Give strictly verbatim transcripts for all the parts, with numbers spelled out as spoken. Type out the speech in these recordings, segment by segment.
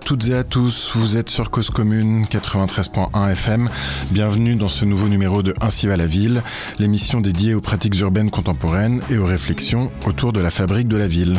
toutes et à tous, vous êtes sur Cause Commune quatre-vingt-treize point un F M. Bienvenue dans ce nouveau numéro de Ainsi va la ville, l'émission dédiée aux pratiques urbaines contemporaines et aux réflexions autour de la fabrique de la ville.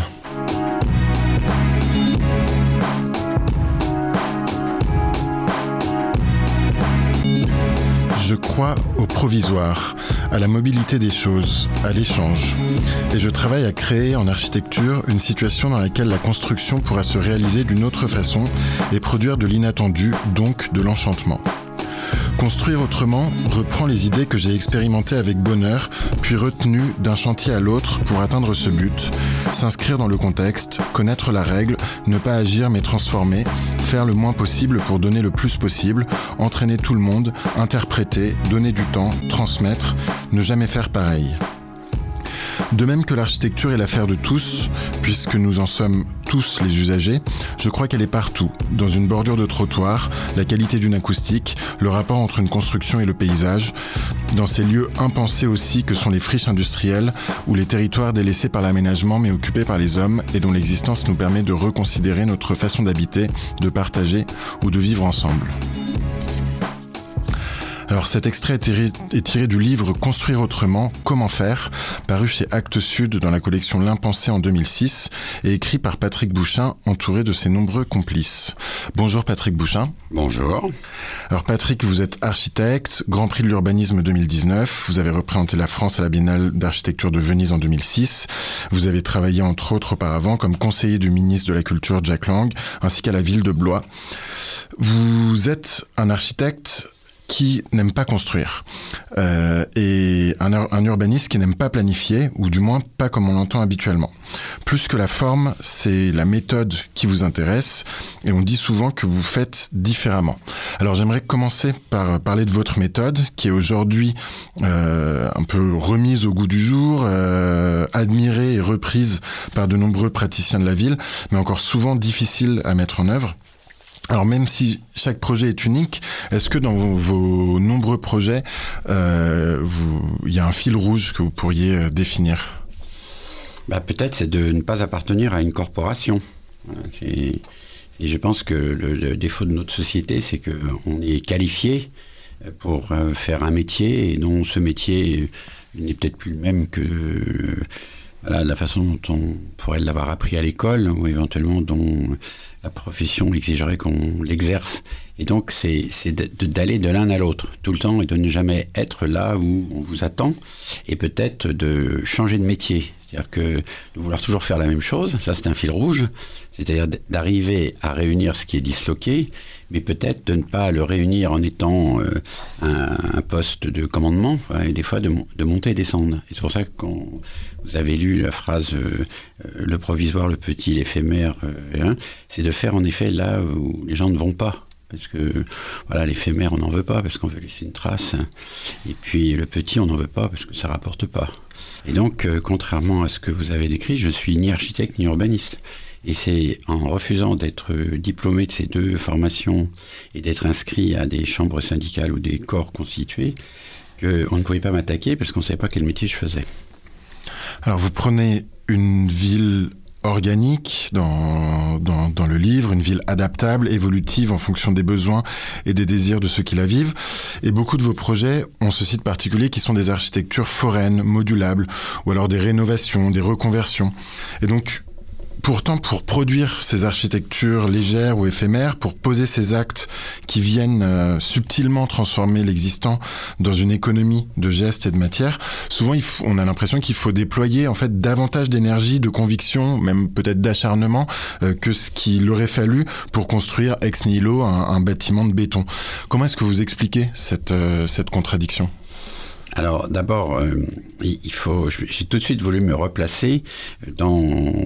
Je crois au provisoire, à la mobilité des choses, à l'échange. Et je travaille à créer en architecture une situation dans laquelle la construction pourra se réaliser d'une autre façon et produire de l'inattendu, donc de l'enchantement. Construire autrement reprend les idées que j'ai expérimentées avec bonheur, puis retenues d'un chantier à l'autre pour atteindre ce but, s'inscrire dans le contexte, connaître la règle, ne pas agir mais transformer, faire le moins possible pour donner le plus possible, entraîner tout le monde, interpréter, donner du temps, transmettre, ne jamais faire pareil. De même que l'architecture est l'affaire de tous, puisque nous en sommes tous les usagers, je crois qu'elle est partout, dans une bordure de trottoir, la qualité d'une acoustique, le rapport entre une construction et le paysage, dans ces lieux impensés aussi que sont les friches industrielles ou les territoires délaissés par l'aménagement mais occupés par les hommes et dont l'existence nous permet de reconsidérer notre façon d'habiter, de partager ou de vivre ensemble. Alors cet extrait est tiré, est tiré du livre « Construire autrement, comment faire » paru chez Actes Sud dans la collection L'Impensé en deux mille six et écrit par Patrick Bouchain, entouré de ses nombreux complices. Bonjour Patrick Bouchain. Bonjour. Alors Patrick, vous êtes architecte, Grand Prix de l'urbanisme deux mille dix-neuf, vous avez représenté la France à la Biennale d'architecture de Venise en deux mille six, vous avez travaillé entre autres auparavant comme conseiller du ministre de la Culture Jack Lang, ainsi qu'à la ville de Blois. Vous êtes un architecte qui n'aime pas construire, euh, et un, un urbaniste qui n'aime pas planifier, ou du moins pas comme on l'entend habituellement. Plus que la forme, c'est la méthode qui vous intéresse, et on dit souvent que vous faites différemment. Alors j'aimerais commencer par parler de votre méthode, qui est aujourd'hui euh, un peu remise au goût du jour, euh, admirée et reprise par de nombreux praticiens de la ville, mais encore souvent difficile à mettre en œuvre. Alors même si chaque projet est unique, est-ce que dans vos, vos nombreux projets, euh, vous, il y a un fil rouge que vous pourriez définir ? Bah, peut-être c'est de ne pas appartenir à une corporation. C'est, et je pense que le, le défaut de notre société, c'est qu'on est qualifié pour faire un métier et dont ce métier n'est peut-être plus le même que voilà, la façon dont on pourrait l'avoir appris à l'école ou éventuellement dont la profession exigerait qu'on l'exerce. Et donc, c'est, c'est de, de, d'aller de l'un à l'autre tout le temps et de ne jamais être là où on vous attend et peut-être de changer de métier. C'est-à-dire que de vouloir toujours faire la même chose, ça c'est un fil rouge, c'est-à-dire d'arriver à réunir ce qui est disloqué, mais peut-être de ne pas le réunir en étant euh, un, un poste de commandement, et des fois de, de monter et descendre. Et c'est pour ça que quand vous avez lu la phrase euh, « le provisoire, le petit, l'éphémère euh, hein », c'est de faire en effet là où les gens ne vont pas. Parce que voilà, l'éphémère, on n'en veut pas parce qu'on veut laisser une trace. Et puis le petit, on n'en veut pas parce que ça ne rapporte pas. Et donc, euh, contrairement à ce que vous avez décrit, je ne suis ni architecte ni urbaniste. Et c'est en refusant d'être diplômé de ces deux formations et d'être inscrit à des chambres syndicales ou des corps constitués qu'on ne pouvait pas m'attaquer parce qu'on ne savait pas quel métier je faisais. Alors vous prenez une ville organique dans, dans, dans le livre, une ville adaptable, évolutive en fonction des besoins et des désirs de ceux qui la vivent. Et beaucoup de vos projets ont ce site particulier qui sont des architectures foraines, modulables, ou alors des rénovations, des reconversions. Et donc, pourtant, pour produire ces architectures légères ou éphémères, pour poser ces actes qui viennent euh, subtilement transformer l'existant dans une économie de gestes et de matière, souvent il faut, on a l'impression qu'il faut déployer en fait davantage d'énergie, de conviction, même peut-être d'acharnement, euh, que ce qu'il aurait fallu pour construire ex nihilo un, un bâtiment de béton. Comment est-ce que vous expliquez cette, euh, cette contradiction ? Alors d'abord, euh, il faut, j'ai tout de suite voulu me replacer dans,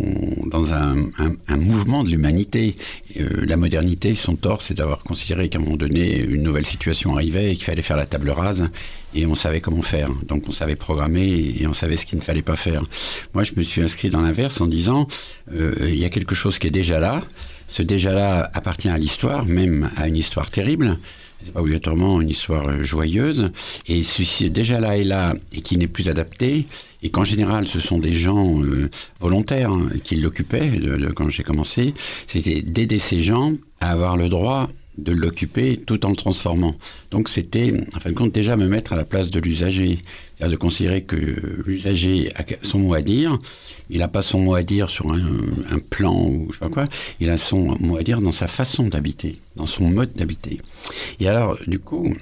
dans un, un, un mouvement de l'humanité. Euh, la modernité, son tort, c'est d'avoir considéré qu'à un moment donné, une nouvelle situation arrivait et qu'il fallait faire la table rase et on savait comment faire. Donc on savait programmer et on savait ce qu'il ne fallait pas faire. Moi, je me suis inscrit dans l'inverse en disant, euh, il y a quelque chose qui est déjà là. Ce déjà-là appartient à l'histoire, même à une histoire terrible. C'est pas obligatoirement une histoire joyeuse, et celui-ci déjà là et là, et qui n'est plus adapté, et qu'en général ce sont des gens euh, volontaires hein, qui l'occupaient de, de, quand j'ai commencé, c'était d'aider ces gens à avoir le droit de l'occuper tout en le transformant. Donc c'était, en fin de compte, déjà me mettre à la place de l'usager. C'est-à-dire de considérer que l'usager a son mot à dire, il n'a pas son mot à dire sur un, un plan ou je sais pas quoi, il a son mot à dire dans sa façon d'habiter, dans son mode d'habiter. Et alors, du coup,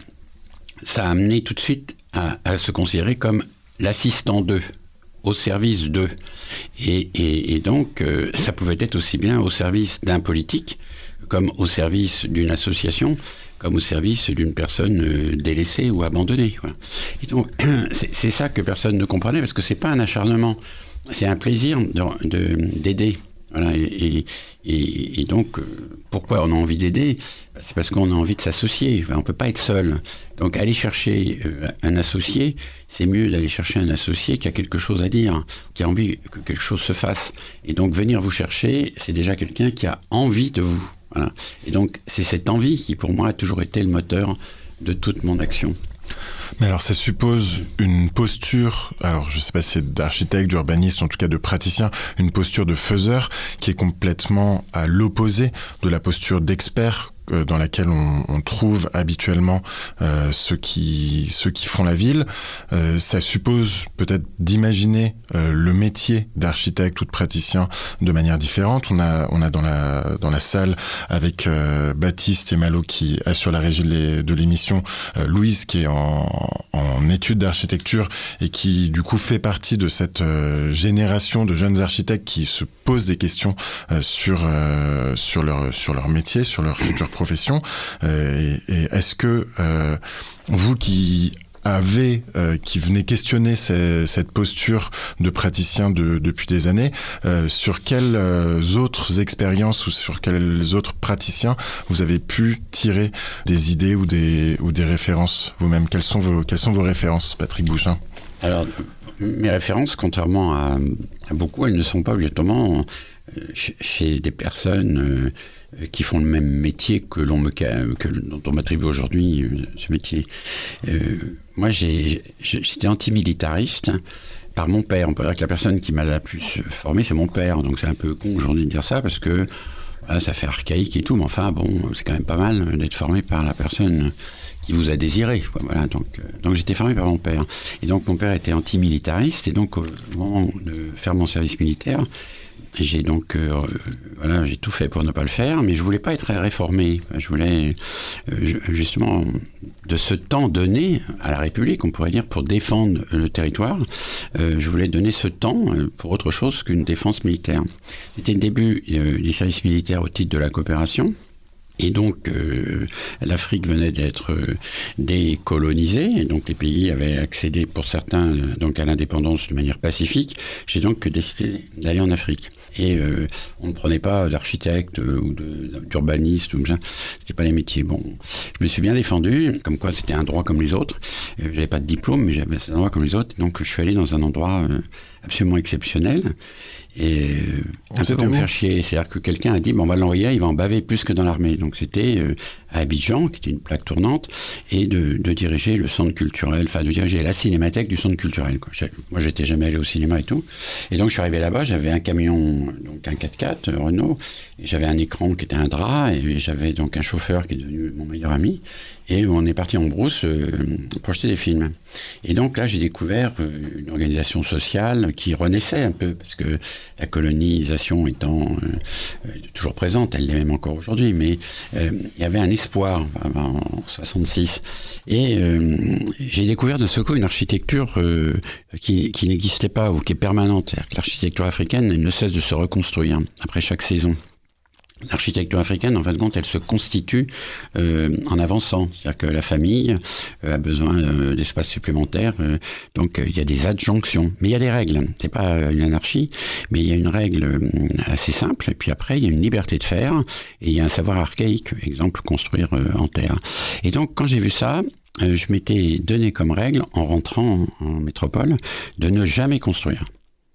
ça a amené tout de suite à, à se considérer comme l'assistant d'eux, au service d'eux. Et, et, et donc, euh, ça pouvait être aussi bien au service d'un politique, comme au service d'une association, comme au service d'une personne euh, délaissée ou abandonnée. Voilà. Et donc, c'est, c'est ça que personne ne comprenait, parce que c'est pas un acharnement, c'est un plaisir de, de, d'aider. Voilà. Et, et, et donc, euh, pourquoi on a envie d'aider ? C'est parce qu'on a envie de s'associer. Enfin, on ne peut pas être seul. Donc, aller chercher euh, un associé, c'est mieux d'aller chercher un associé qui a quelque chose à dire, qui a envie que quelque chose se fasse. Et donc, venir vous chercher, c'est déjà quelqu'un qui a envie de vous. Voilà. Et donc, c'est cette envie qui, pour moi, a toujours été le moteur de toute mon action. Mais alors, ça suppose une posture, alors je ne sais pas si c'est d'architecte, d'urbaniste, en tout cas de praticien, une posture de faiseur qui est complètement à l'opposé de la posture d'expert dans laquelle on, on trouve habituellement euh, ceux qui ceux qui font la ville. Euh, ça suppose peut-être d'imaginer euh, le métier d'architecte ou de praticien de manière différente. On a on a dans la dans la salle avec euh, Baptiste et Malo qui assurent la régie de, l'é, de l'émission, euh, Louise qui est en, en études d'architecture et qui du coup fait partie de cette euh, génération de jeunes architectes qui se posent des questions euh, sur euh, sur leur sur leur métier, sur leur futur profession. Euh, et, et est-ce que euh, vous qui avez, euh, qui venez questionner ces, cette posture de praticien de, depuis des années, euh, sur quelles euh, autres expériences ou sur quels autres praticiens vous avez pu tirer des idées ou des, ou des références vous-même ? Quelles sont vos, quelles sont vos références, Patrick Bouchin ? Alors, mes références, contrairement à, à beaucoup, elles ne sont pas obligatoirement euh, chez, chez des personnes euh, qui font le même métier que l'on me, que, dont on m'attribue aujourd'hui euh, ce métier. Euh, moi, j'ai, j'étais antimilitariste par mon père. On peut dire que la personne qui m'a la plus formé, c'est mon père. Donc c'est un peu con aujourd'hui de dire ça, parce que voilà, ça fait archaïque et tout, mais enfin, bon, c'est quand même pas mal d'être formé par la personne qui vous a désiré, quoi. Voilà, donc, euh, donc j'étais formé par mon père. Et donc mon père était antimilitariste, et donc au moment de faire mon service militaire, j'ai donc euh, voilà, j'ai tout fait pour ne pas le faire, mais je voulais pas être réformé. Je voulais euh, justement de ce temps donné à la République, on pourrait dire, pour défendre le territoire. Euh, je voulais donner ce temps pour autre chose qu'une défense militaire. C'était le début euh, du service militaire au titre de la coopération. Et donc, euh, l'Afrique venait d'être euh, décolonisée, et donc les pays avaient accédé, pour certains, euh, donc à l'indépendance de manière pacifique. J'ai donc décidé d'aller en Afrique. Et euh, on ne prenait pas d'architecte euh, ou de, d'urbaniste, ou ça. C'était pas les métiers. Bon, je me suis bien défendu, comme quoi c'était un droit comme les autres. Euh, j'avais pas de diplôme, mais j'avais un droit comme les autres. Donc, je suis allé dans un endroit euh, absolument exceptionnel. Et euh, un peu pour me faire chier. C'est-à-dire que quelqu'un a dit, bon, on va l'envoyer là, il va en baver plus que dans l'armée. Donc c'était euh, à Abidjan, qui était une plaque tournante, et de, de diriger le centre culturel, enfin de diriger la cinémathèque du centre culturel, quoi. Moi, j'étais jamais allé au cinéma et tout. Et donc, je suis arrivé là-bas, j'avais un camion, donc un quatre-quatre euh, Renault, et j'avais un écran qui était un drap, et j'avais donc un chauffeur qui est devenu mon meilleur ami. Et on est parti en brousse euh, pour jeter des films. Et donc là, j'ai découvert euh, une organisation sociale qui renaissait un peu, parce que la colonisation étant euh, toujours présente, elle l'est même encore aujourd'hui, mais euh, il y avait un espoir en soixante-six. Et euh, j'ai découvert de ce coup une architecture euh, qui, qui n'existait pas ou qui est permanente. C'est-à-dire que l'architecture africaine, elle ne cesse de se reconstruire après chaque saison. L'architecture africaine, en fin de compte, elle se constitue euh, en avançant. C'est-à-dire que la famille euh, a besoin euh, d'espace supplémentaire. Euh, donc, euh, il y a des adjonctions. Mais il y a des règles. C'est pas une anarchie, mais il y a une règle euh, assez simple. Et puis après, il y a une liberté de faire. Et il y a un savoir archaïque. Exemple, construire euh, en terre. Et donc, quand j'ai vu ça, euh, je m'étais donné comme règle, en rentrant en, en métropole, de ne jamais construire.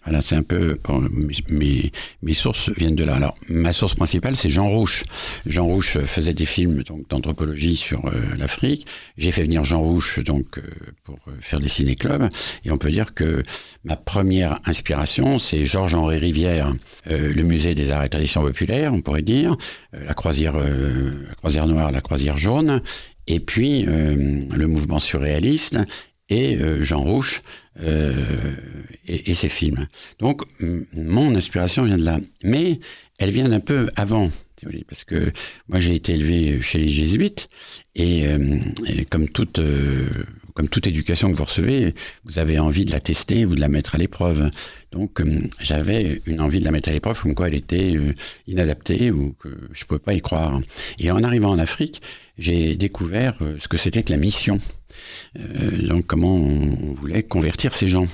Voilà, c'est un peu... Bon, mes, mes, mes sources viennent de là. Alors, ma source principale, c'est Jean Rouch. Jean Rouch faisait des films donc, d'anthropologie sur euh, l'Afrique. J'ai fait venir Jean Rouch donc, euh, pour faire des ciné-clubs. Et on peut dire que ma première inspiration, c'est Georges-Henri Rivière, euh, le musée des arts et traditions populaires, on pourrait dire, euh, la, croisière, euh, la croisière noire, la croisière jaune, et puis euh, le mouvement surréaliste, et euh, Jean Rouch euh, et, et ses films. Donc, m- mon inspiration vient de là. Mais elle vient d'un peu avant, si vous voulez, parce que moi, j'ai été élevé chez les jésuites, et, euh, et comme toute... Euh, Comme toute éducation que vous recevez, vous avez envie de la tester ou de la mettre à l'épreuve. Donc, euh, j'avais une envie de la mettre à l'épreuve, comme quoi elle était euh, inadaptée ou que je ne pouvais pas y croire. Et en arrivant en Afrique, j'ai découvert euh, ce que c'était que la mission. Euh, donc, comment on, on voulait convertir ces gens.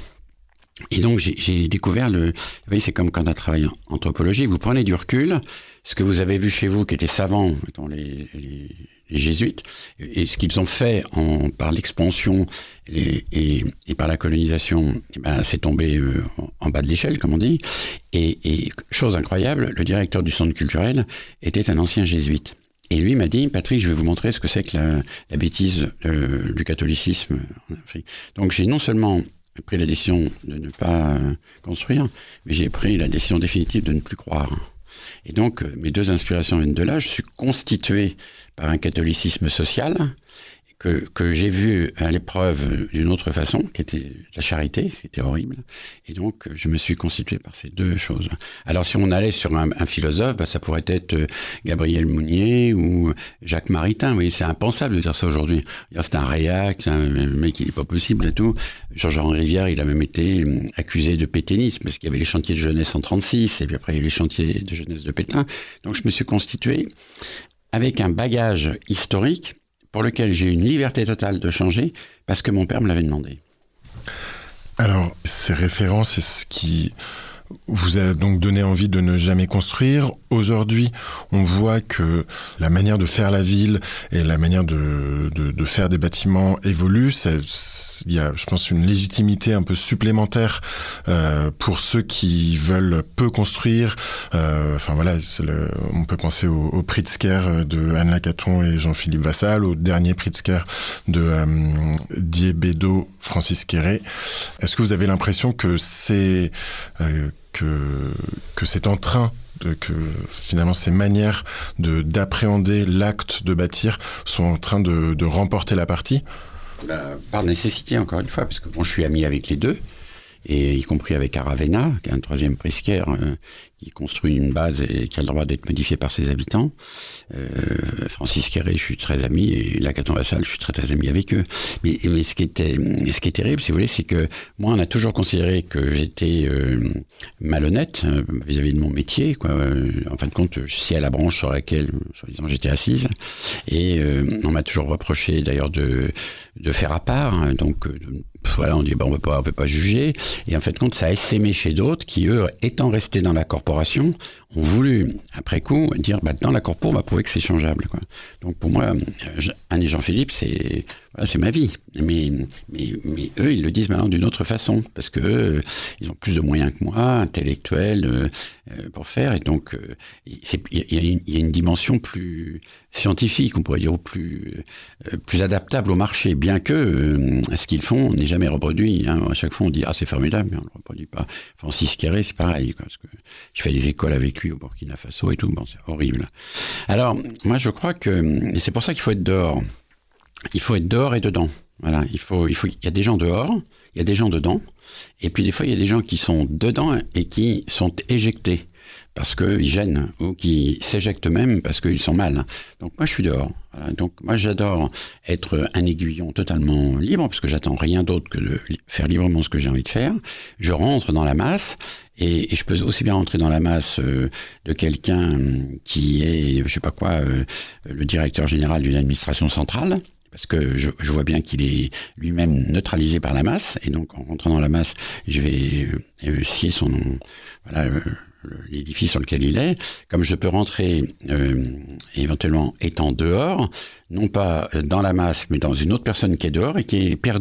Et donc, j'ai, j'ai découvert le... Vous voyez, c'est comme quand on travaille en anthropologie. Vous prenez du recul, ce que vous avez vu chez vous qui était savant, mettons, les... les les jésuites, et ce qu'ils ont fait en, par l'expansion et, et, et par la colonisation, eh ben, c'est tombé euh, en, en bas de l'échelle, comme on dit. Et, et chose incroyable, le directeur du centre culturel était un ancien jésuite. Et lui m'a dit, Patrick, je vais vous montrer ce que c'est que la, la bêtise euh, du catholicisme en Afrique. Donc j'ai non seulement pris la décision de ne pas euh, construire, mais j'ai pris la décision définitive de ne plus croire. Et donc, mes deux inspirations viennent de là. Je suis constitué par un catholicisme social que, que j'ai vu à l'épreuve d'une autre façon, qui était la charité, qui était horrible. Et donc, je me suis constitué par ces deux choses. Alors, si on allait sur un, un philosophe, bah, ça pourrait être Gabriel Mounier ou Jacques Maritain. Vous voyez, c'est impensable de dire ça aujourd'hui. C'est un réac, c'est un mec, il n'est pas possible et tout. Georges-Henri Rivière, il a même été accusé de pétainisme, parce qu'il y avait les chantiers de jeunesse en trente-six, et puis après, il y a eu les chantiers de jeunesse de Pétain. Donc, je me suis constitué avec un bagage historique pour lequel j'ai une liberté totale de changer, parce que mon père me l'avait demandé. Alors, ces références, c'est ce qui vous a donc donné envie de ne jamais construire. Aujourd'hui, on voit que la manière de faire la ville et la manière de, de, de faire des bâtiments évolue. Il y a, je pense, une légitimité un peu supplémentaire euh, pour ceux qui veulent peu construire. Euh, enfin voilà, c'est le, on peut penser au, au Pritzker de Anne Lacaton et Jean-Philippe Vassal, au dernier Pritzker de euh, Diébédo, Francis Quéré. Est-ce que vous avez l'impression que c'est euh, que, que c'est en train de, que finalement ces manières de, d'appréhender l'acte de bâtir sont en train de, de remporter la partie? Bah, par nécessité, encore une fois, parce que bon, je suis ami avec les deux, et y compris avec Aravena, qui est un troisième Pritzker, euh, qui construit une base et qui a le droit d'être modifié par ses habitants. Euh, Francis Quéré, je suis très ami, et Lacaton Vassal, je suis très très ami avec eux. Mais, mais ce qui était, ce qui est terrible, si vous voulez, c'est que moi, on a toujours considéré que j'étais euh, malhonnête euh, vis-à-vis de mon métier, quoi. Euh, en fin de compte, je sciais à la branche sur laquelle, soi-disant, j'étais assise. Et euh, on m'a toujours reproché, d'ailleurs, de, de faire à part, hein, donc de, voilà, on dit, bah, on ne peut pas, on peut pas juger. Et en fait, compte, ça a essaimé chez d'autres qui, eux, étant restés dans la corporation, ont voulu, après coup, dire, bah, dans la corpo, on va prouver que c'est changeable, quoi. Donc, pour moi, Anne et Jean-Philippe, c'est, voilà, c'est ma vie. Mais, mais, mais eux, ils le disent maintenant d'une autre façon, parce que euh, ils ont plus de moyens que moi, intellectuels, euh, euh, pour faire. Et donc, euh, il y, y a une dimension plus scientifique, on pourrait dire, ou plus, euh, plus adaptable au marché, bien que euh, ce qu'ils font, on n'est jamais reproduit. Hein. À chaque fois, on dit, ah, c'est formidable, mais on ne le reproduit pas. Francis Quéré, c'est pareil, quoi, parce que je fais des écoles avec lui au Burkina Faso et tout, bon, c'est horrible. Alors, moi, je crois que, et c'est pour ça qu'il faut être dehors. Il faut être dehors et dedans. Voilà, il faut, il faut, il y a des gens dehors, il y a des gens dedans, et puis des fois, il y a des gens qui sont dedans et qui sont éjectés parce qu'ils gênent, ou qui s'éjectent même parce qu'ils sont mal. Donc moi, je suis dehors. Voilà. Donc moi, j'adore être un aiguillon totalement libre, parce que j'attends rien d'autre que de faire librement ce que j'ai envie de faire. Je rentre dans la masse, et, et je peux aussi bien rentrer dans la masse euh, de quelqu'un qui est, je sais pas quoi, euh, le directeur général d'une administration centrale, parce que je, je vois bien qu'il est lui-même neutralisé par la masse, et donc en rentrant dans la masse, je vais euh, scier son, voilà, euh, l'édifice sur lequel il est, comme je peux rentrer euh, éventuellement étant dehors, non pas dans la masse, mais dans une autre personne qui est dehors et qui est perdue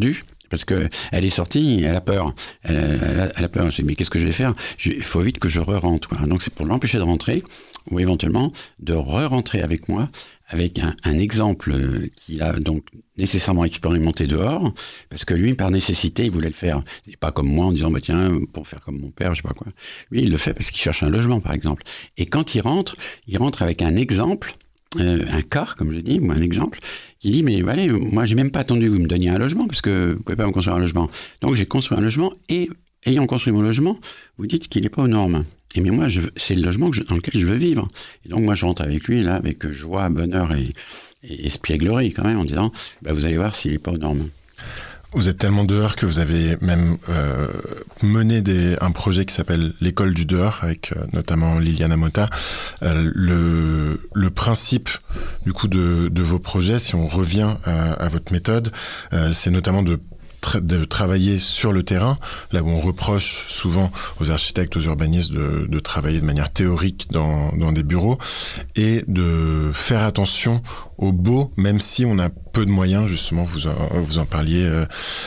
Parce que elle est sortie, elle a peur. Elle, elle, elle a peur. Je dis, mais qu'est-ce que je vais faire? Il faut vite que je re-rentre, quoi. Donc c'est pour l'empêcher de rentrer, ou éventuellement de re-rentrer avec moi, avec un, un exemple qu'il a donc nécessairement expérimenté dehors, parce que lui, par nécessité, il voulait le faire. Et pas comme moi, en disant, bah tiens, pour faire comme mon père, je sais pas quoi. Lui, il le fait parce qu'il cherche un logement, par exemple. Et quand il rentre, il rentre avec un exemple, euh, un cas, comme je dis, ou un exemple, qui dit, mais allez, moi, j'ai même pas attendu que vous me donniez un logement, parce que vous pouvez pas me construire un logement. Donc, j'ai construit un logement, et ayant construit mon logement, vous dites qu'il n'est pas aux normes. Et mais moi, je, c'est le logement que je, dans lequel je veux vivre. Et donc, moi, je rentre avec lui, là, avec joie, bonheur et, et espièglerie, quand même, en disant, bah, vous allez voir s'il n'est pas aux normes. Vous êtes tellement dehors que vous avez même euh, mené des, un projet qui s'appelle l'école du dehors, avec euh, notamment Liliana Motta. Euh, le, le principe, du coup, de, de vos projets, si on revient à, à votre méthode, euh, c'est notamment de de travailler sur le terrain, là où on reproche souvent aux architectes, aux urbanistes de, de travailler de manière théorique dans, dans des bureaux, et de faire attention au beau, même si on a peu de moyens, justement, vous en, vous en parliez euh,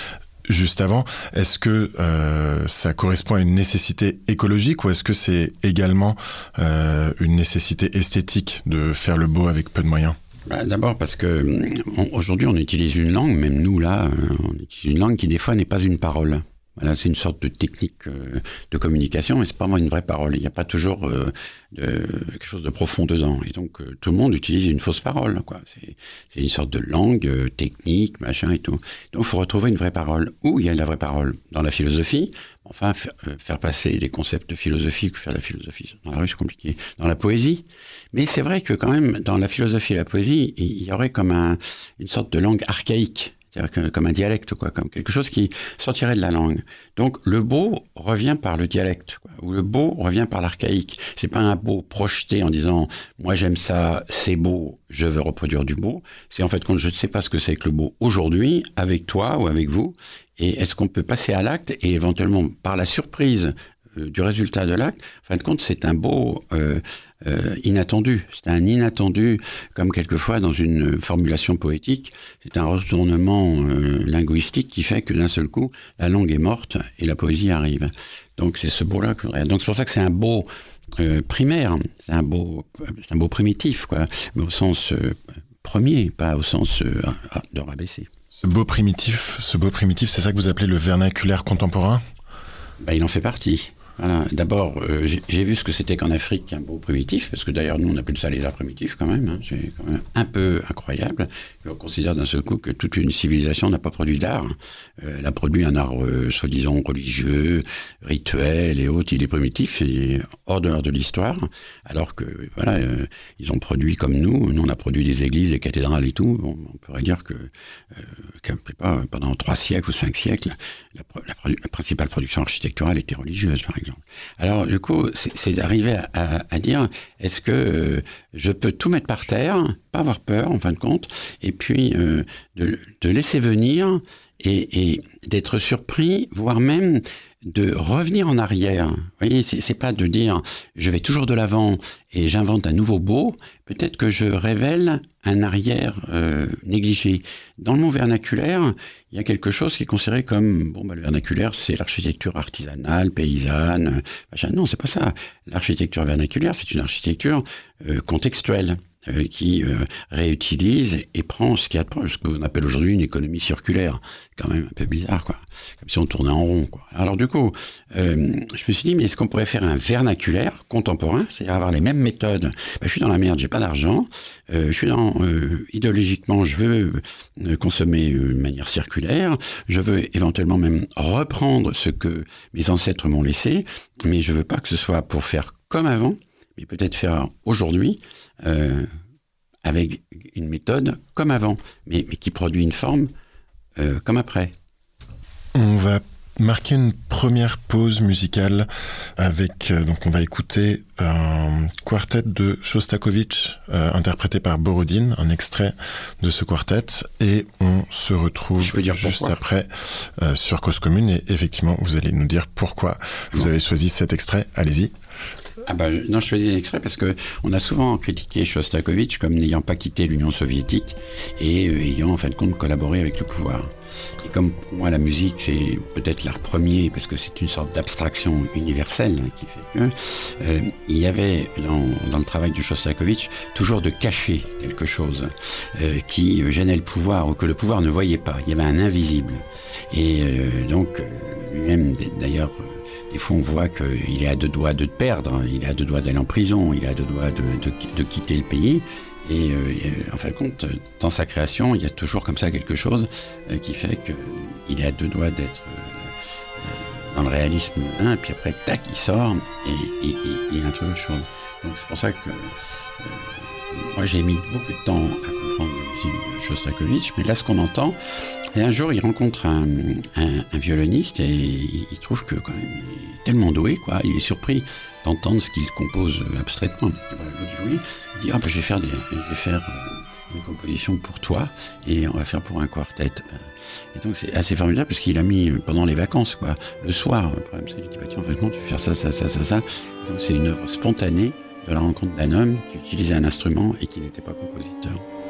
juste avant. Est-ce que euh, ça correspond à une nécessité écologique, ou est-ce que c'est également euh, une nécessité esthétique de faire le beau avec peu de moyens ? Bah, d'abord parce que on, aujourd'hui on utilise une langue, même nous là, on utilise une langue qui des fois n'est pas une parole. Voilà, c'est une sorte de technique euh, de communication, mais c'est pas vraiment une vraie parole. Il n'y a pas toujours euh, de, quelque chose de profond dedans. Et donc euh, tout le monde utilise une fausse parole, quoi. C'est, c'est une sorte de langue euh, technique, machin et tout. Donc il faut retrouver une vraie parole. Où il y a la vraie parole? Dans la philosophie. Enfin, faire, euh, faire passer des concepts philosophiques, faire la philosophie dans la rue, c'est compliqué. Dans la poésie. Mais c'est vrai que quand même, dans la philosophie et la poésie, il y aurait comme un, une sorte de langue archaïque. C'est-à-dire comme un dialecte, quoi, comme quelque chose qui sortirait de la langue. Donc le beau revient par le dialecte, quoi, ou le beau revient par l'archaïque. C'est pas un beau projeté en disant moi j'aime ça, c'est beau, je veux reproduire du beau. C'est en fait quand je ne sais pas ce que c'est que le beau aujourd'hui, avec toi ou avec vous, et est-ce qu'on peut passer à l'acte et éventuellement par la surprise euh, du résultat de l'acte, en fin de compte c'est un beau euh, Euh, inattendu. C'est un inattendu, comme quelquefois dans une formulation poétique, c'est un retournement euh, linguistique qui fait que d'un seul coup, la langue est morte et la poésie arrive. Donc c'est ce beau-là que Donc c'est pour ça que c'est un beau euh, primaire, c'est un beau, c'est un beau primitif, quoi, mais au sens euh, premier, pas au sens euh, de rabaisser. Ce beau primitif, ce beau primitif, c'est ça que vous appelez le vernaculaire contemporain ? Ben, il en fait partie. Voilà. D'abord, euh, j'ai, j'ai vu ce que c'était qu'en Afrique un beau primitif, parce que d'ailleurs nous on appelle ça les arts primitifs quand même, hein. C'est quand même un peu incroyable. On considère d'un seul coup que toute une civilisation n'a pas produit d'art. Euh, elle a produit un art euh, soi-disant religieux, rituel et autres. Il est primitif, il est hors dehors de l'histoire, alors que voilà, euh, ils ont produit comme nous. Nous on a produit des églises, des cathédrales et tout. Bon, on pourrait dire que, euh, que pas, pendant trois siècles ou cinq siècles, la, la, produ- la principale production architecturale était religieuse, par exemple. Alors, du coup, c'est, c'est d'arriver à, à, à dire, est-ce que euh, je peux tout mettre par terre, pas avoir peur, en fin de compte, et puis euh, de, de laisser venir et, et d'être surpris, voire même de revenir en arrière. Vous voyez, c'est, c'est pas de dire, je vais toujours de l'avant et j'invente un nouveau beau. Peut-être que je révèle un arrière euh, négligé. Dans le mot vernaculaire, il y a quelque chose qui est considéré comme, bon, bah, le vernaculaire, c'est l'architecture artisanale, paysanne, machin. Non, c'est pas ça. L'architecture vernaculaire, c'est une architecture euh, contextuelle. Euh, qui euh, réutilise et prend ce qu'il y a de proche, ce qu'on appelle aujourd'hui une économie circulaire. C'est quand même un peu bizarre, quoi. Comme si on tournait en rond, quoi. Alors du coup, euh, je me suis dit, mais est-ce qu'on pourrait faire un vernaculaire contemporain, c'est-à-dire avoir les mêmes méthodes? Ben, je suis dans la merde, j'ai pas d'argent, euh, je suis dans, euh, idéologiquement, je veux euh, consommer de manière circulaire, je veux éventuellement même reprendre ce que mes ancêtres m'ont laissé, mais je veux pas que ce soit pour faire comme avant, mais peut-être faire aujourd'hui euh, avec une méthode comme avant, mais, mais qui produit une forme euh, comme après. On va marquer une première pause musicale avec, euh, donc on va écouter un quartet de Shostakovich euh, interprété par Borodine, un extrait de ce quartet, et on se retrouve juste pourquoi. après euh, sur Cause Commune, et effectivement vous allez nous dire pourquoi vous bon. avez choisi cet extrait. Allez-y. Ah bah, non, je faisais un extrait parce qu'on a souvent critiqué Shostakovich comme n'ayant pas quitté l'Union soviétique et euh, ayant en fin de compte collaboré avec le pouvoir. Et comme pour moi la musique c'est peut-être l'art premier parce que c'est une sorte d'abstraction universelle hein, qui fait que euh, il y avait dans, dans le travail de Shostakovich toujours de cacher quelque chose euh, qui gênait le pouvoir ou que le pouvoir ne voyait pas. Il y avait un invisible. Et euh, donc lui-même d'ailleurs des fois on voit qu'il est à deux doigts de perdre, il est à deux doigts d'aller en prison, il est à deux doigts de, de, de quitter le pays. Et, euh, et en fin de compte, dans sa création, il y a toujours comme ça quelque chose euh, qui fait qu'il est à deux doigts d'être euh, dans le réalisme humain, puis après, tac, il sort et, et, et, et il introduit autre chose. Donc c'est pour ça que euh, moi j'ai mis beaucoup de temps à comprendre la musique de Shostakovich, mais là ce qu'on entend, et un jour il rencontre un, un, un violoniste et il, il trouve que quand même il est tellement doué, quoi, il est surpris d'entendre ce qu'il compose abstraitement. Il va le jouer. Il dit ah ben je vais faire des, je vais faire une composition pour toi et on va faire pour un quartet. Et donc c'est assez formidable parce qu'il a mis pendant les vacances quoi, le soir. Le problème c'est qu'il dit bah tiens en fait non tu vas faire ça ça ça ça ça. Et donc c'est une œuvre spontanée de la rencontre d'un homme qui utilisait un instrument et qui n'était pas compositeur.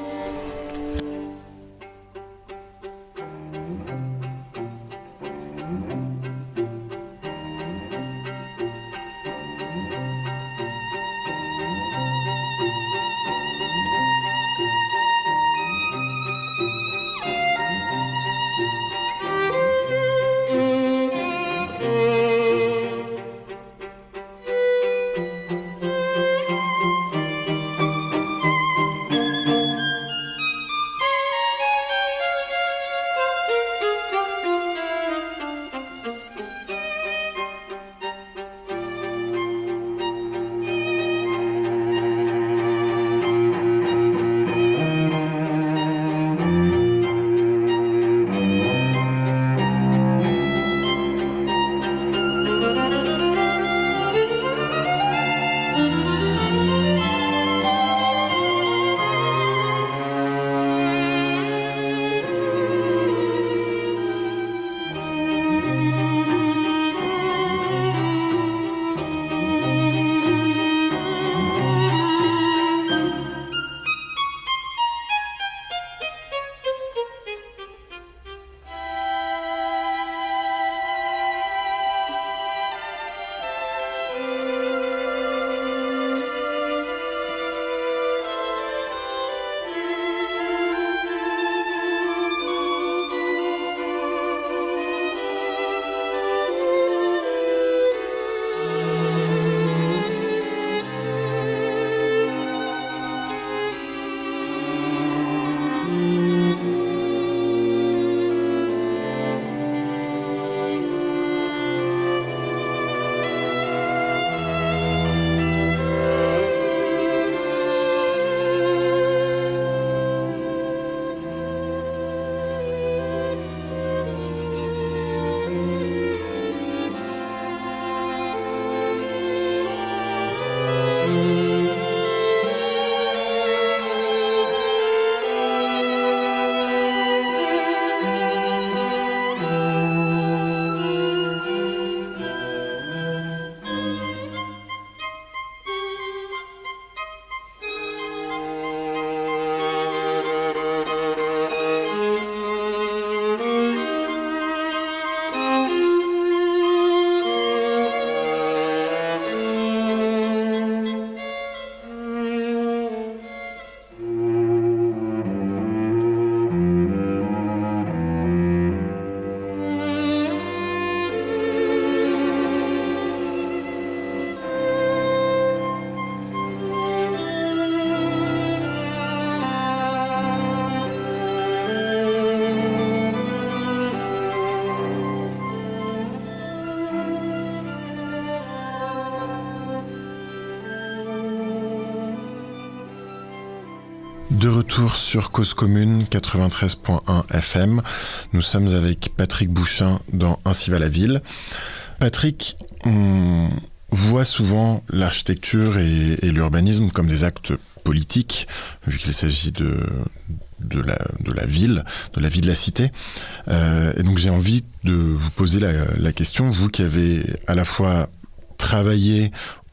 De retour sur Cause Commune quatre-vingt-treize point un F M, nous sommes avec Patrick Bouchain dans Ainsi va la ville. Patrick, on voit souvent l'architecture et, et l'urbanisme comme des actes politiques, vu qu'il s'agit de, de, la, de la ville, de la vie de la cité. Euh, et donc j'ai envie de vous poser la, la question, vous qui avez à la fois travaillé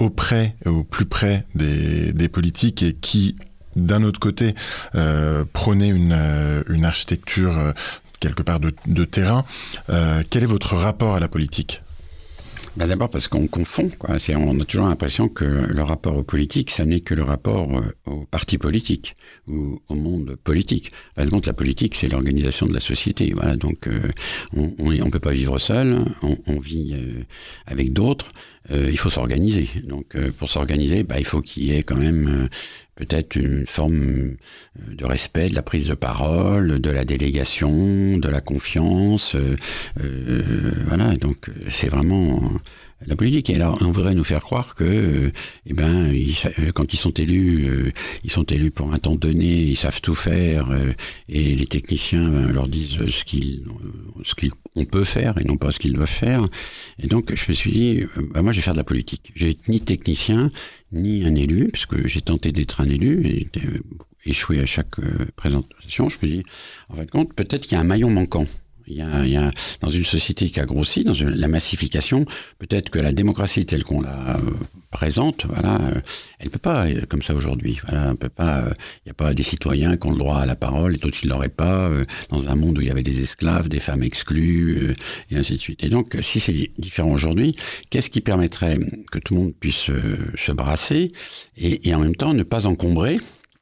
auprès, au plus près des, des politiques et qui, d'un autre côté, euh, prônait une, euh, une architecture euh, quelque part de, de terrain. Euh, quel est votre rapport à la politique ? Ben d'abord parce qu'on confond, quoi. C'est, on a toujours l'impression que le rapport aux politiques, ça n'est que le rapport au parti politique ou au monde politique. Par exemple, la politique, c'est l'organisation de la société. Voilà, donc euh, on on, on peut pas vivre seul, on, on vit euh, avec d'autres. Euh, il faut s'organiser. Donc euh, pour s'organiser, bah, il faut qu'il y ait quand même euh, peut-être une forme de respect de la prise de parole, de la délégation, de la confiance. Euh, euh, voilà, donc c'est vraiment la politique. Et alors, on voudrait nous faire croire que, euh, eh ben, ils, quand ils sont élus, euh, ils sont élus pour un temps donné, ils savent tout faire, euh, et les techniciens euh, leur disent ce qu'ils, euh, ce qu'on peut faire et non pas ce qu'ils doivent faire. Et donc, je me suis dit, euh, bah, moi, je vais faire de la politique. Je vais être ni technicien, ni un élu, puisque j'ai tenté d'être un élu, et j'ai euh, échoué à chaque euh, présentation. Je me dis, en fin de compte, peut-être qu'il y a un maillon manquant. Il y, a, il y a, dans une société qui a grossi, dans une, la massification, peut-être que la démocratie telle qu'on la euh, présente, voilà, euh, elle peut pas euh, comme ça aujourd'hui. Voilà, on peut pas. Il euh, n'y a pas des citoyens qui ont le droit à la parole et d'autres qui ne l'auraient pas. Euh, dans un monde où il y avait des esclaves, des femmes exclues, euh, et ainsi de suite. Et donc, si c'est différent aujourd'hui, qu'est-ce qui permettrait que tout le monde puisse euh, se brasser et, et en même temps ne pas encombrer?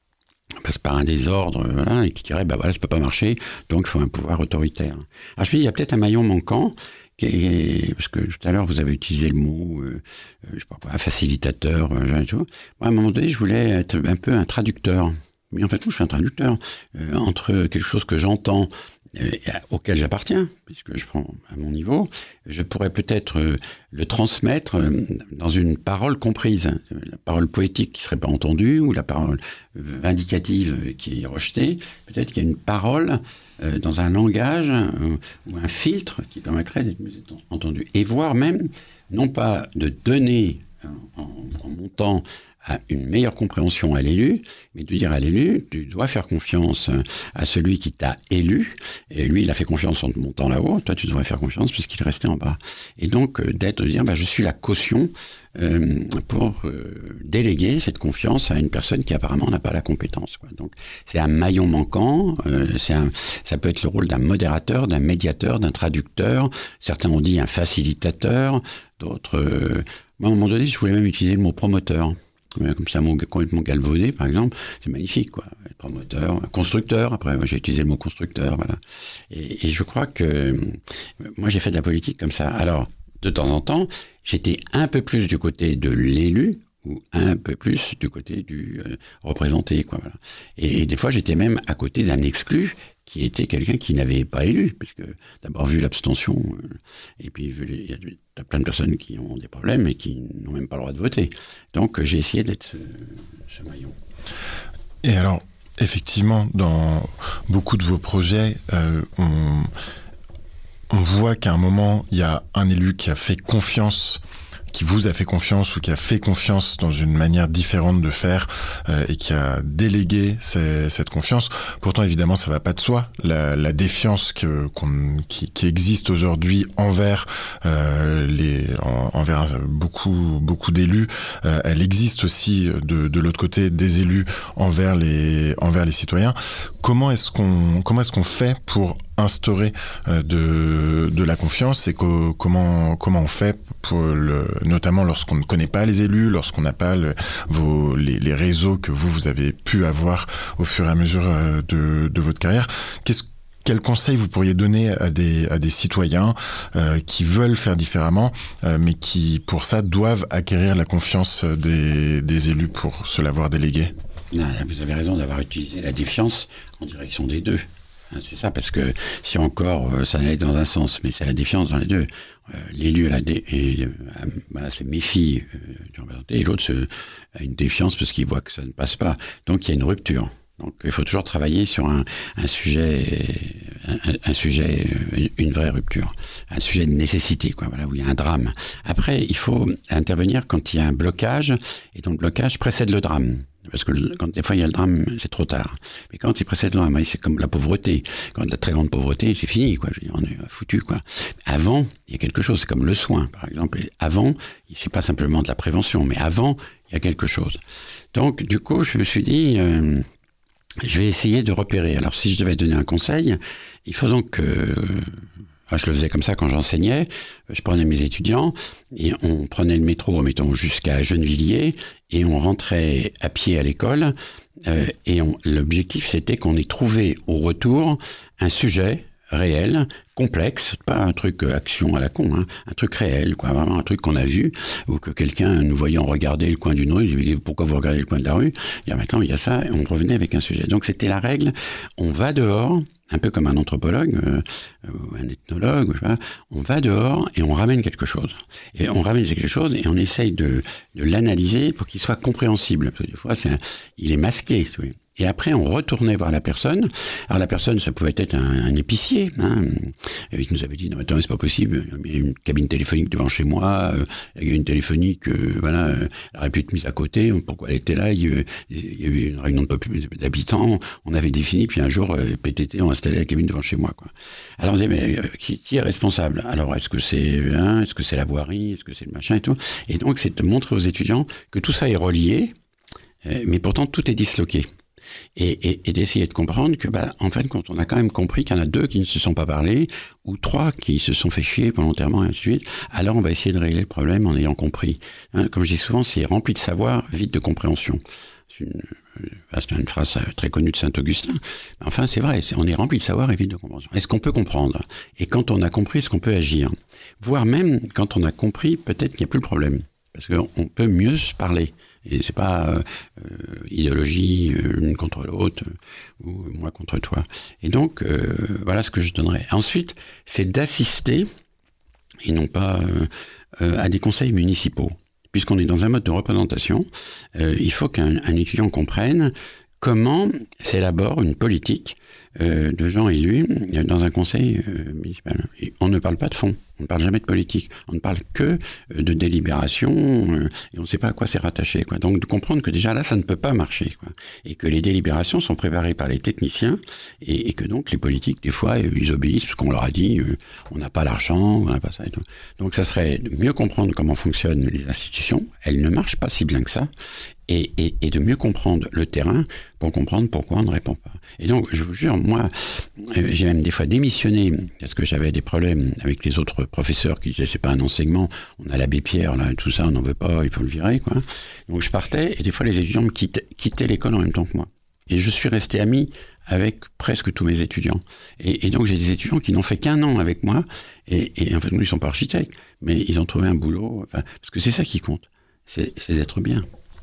Passe par un désordre, voilà, et qui dirait, bah voilà, ça peut pas marcher, donc il faut un pouvoir autoritaire. Alors je me dis, il y a peut-être un maillon manquant, qui est, parce que tout à l'heure vous avez utilisé le mot, euh, je sais pas quoi, facilitateur, euh, et tout. Moi, à un moment donné, je voulais être un peu un traducteur. Mais en fait, moi, je suis un traducteur euh, entre quelque chose que j'entends, euh, auquel j'appartiens, puisque je prends à mon niveau, je pourrais peut-être euh, le transmettre euh, dans une parole comprise. La parole poétique qui ne serait pas entendue, ou la parole vindicative euh, qui est rejetée. Peut-être qu'il y a une parole euh, dans un langage euh, ou un filtre qui permettrait d'être mieux entendu. Et voire même, non pas de donner euh, en, en montant à une meilleure compréhension à l'élu, mais de dire à l'élu, tu dois faire confiance à celui qui t'a élu, et lui, il a fait confiance en te montant là-haut, toi, tu devrais faire confiance puisqu'il restait en bas. Et donc, d'être, de dire, bah, je suis la caution euh, pour euh, déléguer cette confiance à une personne qui apparemment n'a pas la compétence, quoi. Donc, c'est un maillon manquant, euh, c'est un, ça peut être le rôle d'un modérateur, d'un médiateur, d'un traducteur, certains ont dit un facilitateur, d'autres... Euh, moi, à un moment donné, je voulais même utiliser le mot promoteur. Comme c'est un mot complètement galvaudé, par exemple, c'est magnifique, quoi. Promoteur, constructeur, après, moi, j'ai utilisé le mot constructeur, voilà. Et, et je crois que, moi, j'ai fait de la politique comme ça. Alors, de temps en temps, j'étais un peu plus du côté de l'élu, ou un peu plus du côté du euh, représenté, quoi, voilà. Et, et des fois, j'étais même à côté d'un exclu, qui était quelqu'un qui n'avait pas élu, puisque d'abord vu l'abstention, euh, et puis vu les, il y a, y a plein de personnes qui ont des problèmes et qui n'ont même pas le droit de voter. Donc j'ai essayé d'être ce, ce maillon. Et alors, effectivement, dans beaucoup de vos projets, euh, on, on voit qu'à un moment, il y a un élu qui a fait confiance, qui vous a fait confiance ou qui a fait confiance dans une manière différente de faire euh, et qui a délégué ces, cette confiance. Pourtant, évidemment, ça va pas de soi. La, la défiance que, qu'on, qui, qui existe aujourd'hui envers euh, les, en, envers beaucoup beaucoup d'élus, euh, elle existe aussi de, de l'autre côté des élus envers les envers les citoyens. Comment est-ce qu'on comment est-ce qu'on fait pour instaurer euh, de de la confiance et que, comment comment on fait pour le, notamment lorsqu'on ne connaît pas les élus, lorsqu'on n'a pas le, vos les, les réseaux que vous vous avez pu avoir au fur et à mesure euh, de de votre carrière. Qu'est-ce Quels conseils vous pourriez donner à des, à des citoyens euh, qui veulent faire différemment, euh, mais qui, pour ça, doivent acquérir la confiance des, des élus pour se l'avoir délégué ? Non, vous avez raison d'avoir utilisé la défiance en direction des deux. Hein, c'est ça, parce que si encore, euh, ça allait dans un sens, mais c'est la défiance dans les deux. Euh, l'élu a, la dé- et, euh, voilà, se méfie euh, du représenté, et l'autre se, a une défiance parce qu'il voit que ça ne passe pas. Donc il y a une rupture. Donc il faut toujours travailler sur un, un sujet, un, un sujet, une vraie rupture, un sujet de nécessité, quoi. Voilà, où il y a un drame. Après, il faut intervenir quand il y a un blocage et dont le blocage précède le drame. Parce que quand des fois il y a le drame, c'est trop tard. Mais quand il précède le drame, c'est comme la pauvreté. Quand il y a de la très grande pauvreté, c'est fini, quoi. Je veux dire, on est foutu, quoi. Avant, il y a quelque chose, c'est comme le soin, par exemple. Et avant, c'est pas simplement de la prévention, mais avant, il y a quelque chose. Donc, du coup, je me suis dit, euh, je vais essayer de repérer. Alors, si je devais donner un conseil, il faut donc que... Euh, je le faisais comme ça quand j'enseignais. Je prenais mes étudiants et on prenait le métro, mettons, jusqu'à Gennevilliers et on rentrait à pied à l'école. Euh, et on, l'objectif, c'était qu'on ait trouvé au retour un sujet réel, complexe, pas un truc euh, action à la con, hein, un truc réel, quoi, vraiment un truc qu'on a vu, ou que quelqu'un, nous voyant regarder le coin d'une rue, il dit « Pourquoi vous regardez le coin de la rue ?» Il y a maintenant, il y a ça, et on revenait avec un sujet. Donc c'était la règle, on va dehors, un peu comme un anthropologue, euh, ou un ethnologue, je sais pas, on va dehors et on ramène quelque chose. Et on ramène quelque chose et on essaye de, de l'analyser pour qu'il soit compréhensible. Parce que des fois, c'est un, il est masqué, tu vois. Et après, on retournait voir la personne. Alors la personne, ça pouvait être un, un épicier. Hein. Il nous avait dit, non, attends, c'est pas possible. Il y a une cabine téléphonique devant chez moi. Euh, il y a une téléphonique, euh, voilà, euh, elle aurait pu être mise à côté. Pourquoi elle était là? Il y, avait, il y avait une réunion de d'habitants. On avait défini. Puis un jour, euh, P T T ont installé la cabine devant chez moi, quoi. Alors on disait, mais euh, qui, qui est responsable? Alors est-ce que c'est hein, est-ce que c'est la voirie? Est-ce que c'est le machin et tout? Et donc, c'est de montrer aux étudiants que tout ça est relié, euh, mais pourtant tout est disloqué. Et, et, et d'essayer de comprendre que, bah, en fait, quand on a quand même compris qu'il y en a deux qui ne se sont pas parlé, ou trois qui se sont fait chier volontairement, et ainsi de suite, alors on va essayer de régler le problème en ayant compris. Hein, comme je dis souvent, c'est rempli de savoir, vide de compréhension. C'est une, c'est une phrase très connue de Saint-Augustin. Enfin, c'est vrai, c'est, on est rempli de savoir et vide de compréhension. Est-ce qu'on peut comprendre? Et quand on a compris, est-ce qu'on peut agir? Voire même, quand on a compris, peut-être qu'il n'y a plus le problème. Parce qu'on peut mieux se parler. Et c'est pas euh, idéologie euh, l'une contre l'autre euh, ou moi contre toi. Et donc euh, voilà ce que je donnerais. Ensuite, c'est d'assister et non pas euh, euh, à des conseils municipaux. Puisqu'on est dans un mode de représentation, euh, il faut qu'un un étudiant comprenne comment s'élabore une politique euh, de gens élus dans un conseil euh, municipal. Et on ne parle pas de fond, on ne parle jamais de politique, on ne parle que euh, de délibération euh, et on ne sait pas à quoi c'est rattaché, quoi. Donc de comprendre que déjà là, ça ne peut pas marcher, quoi. Et que les délibérations sont préparées par les techniciens et, et que donc les politiques, des fois, euh, ils obéissent parce qu'on leur a dit euh, on n'a pas l'argent, on n'a pas ça et tout. Donc ça serait de mieux comprendre comment fonctionnent les institutions, elles ne marchent pas si bien que ça. Et, et, et de mieux comprendre le terrain pour comprendre pourquoi on ne répond pas. Et donc, je vous jure, moi, euh, j'ai même des fois démissionné parce que j'avais des problèmes avec les autres professeurs qui disaient c'est pas un enseignement, on a l'abbé Pierre, là, tout ça, on n'en veut pas, il faut le virer, quoi. Donc je partais et des fois les étudiants me quittaient, quittaient l'école en même temps que moi. Et je suis resté ami avec presque tous mes étudiants. Et, et donc j'ai des étudiants qui n'ont fait qu'un an avec moi et, et en fait, nous, ils sont pas architectes, mais ils ont trouvé un boulot, enfin, parce que c'est ça qui compte, c'est, c'est d'être bien.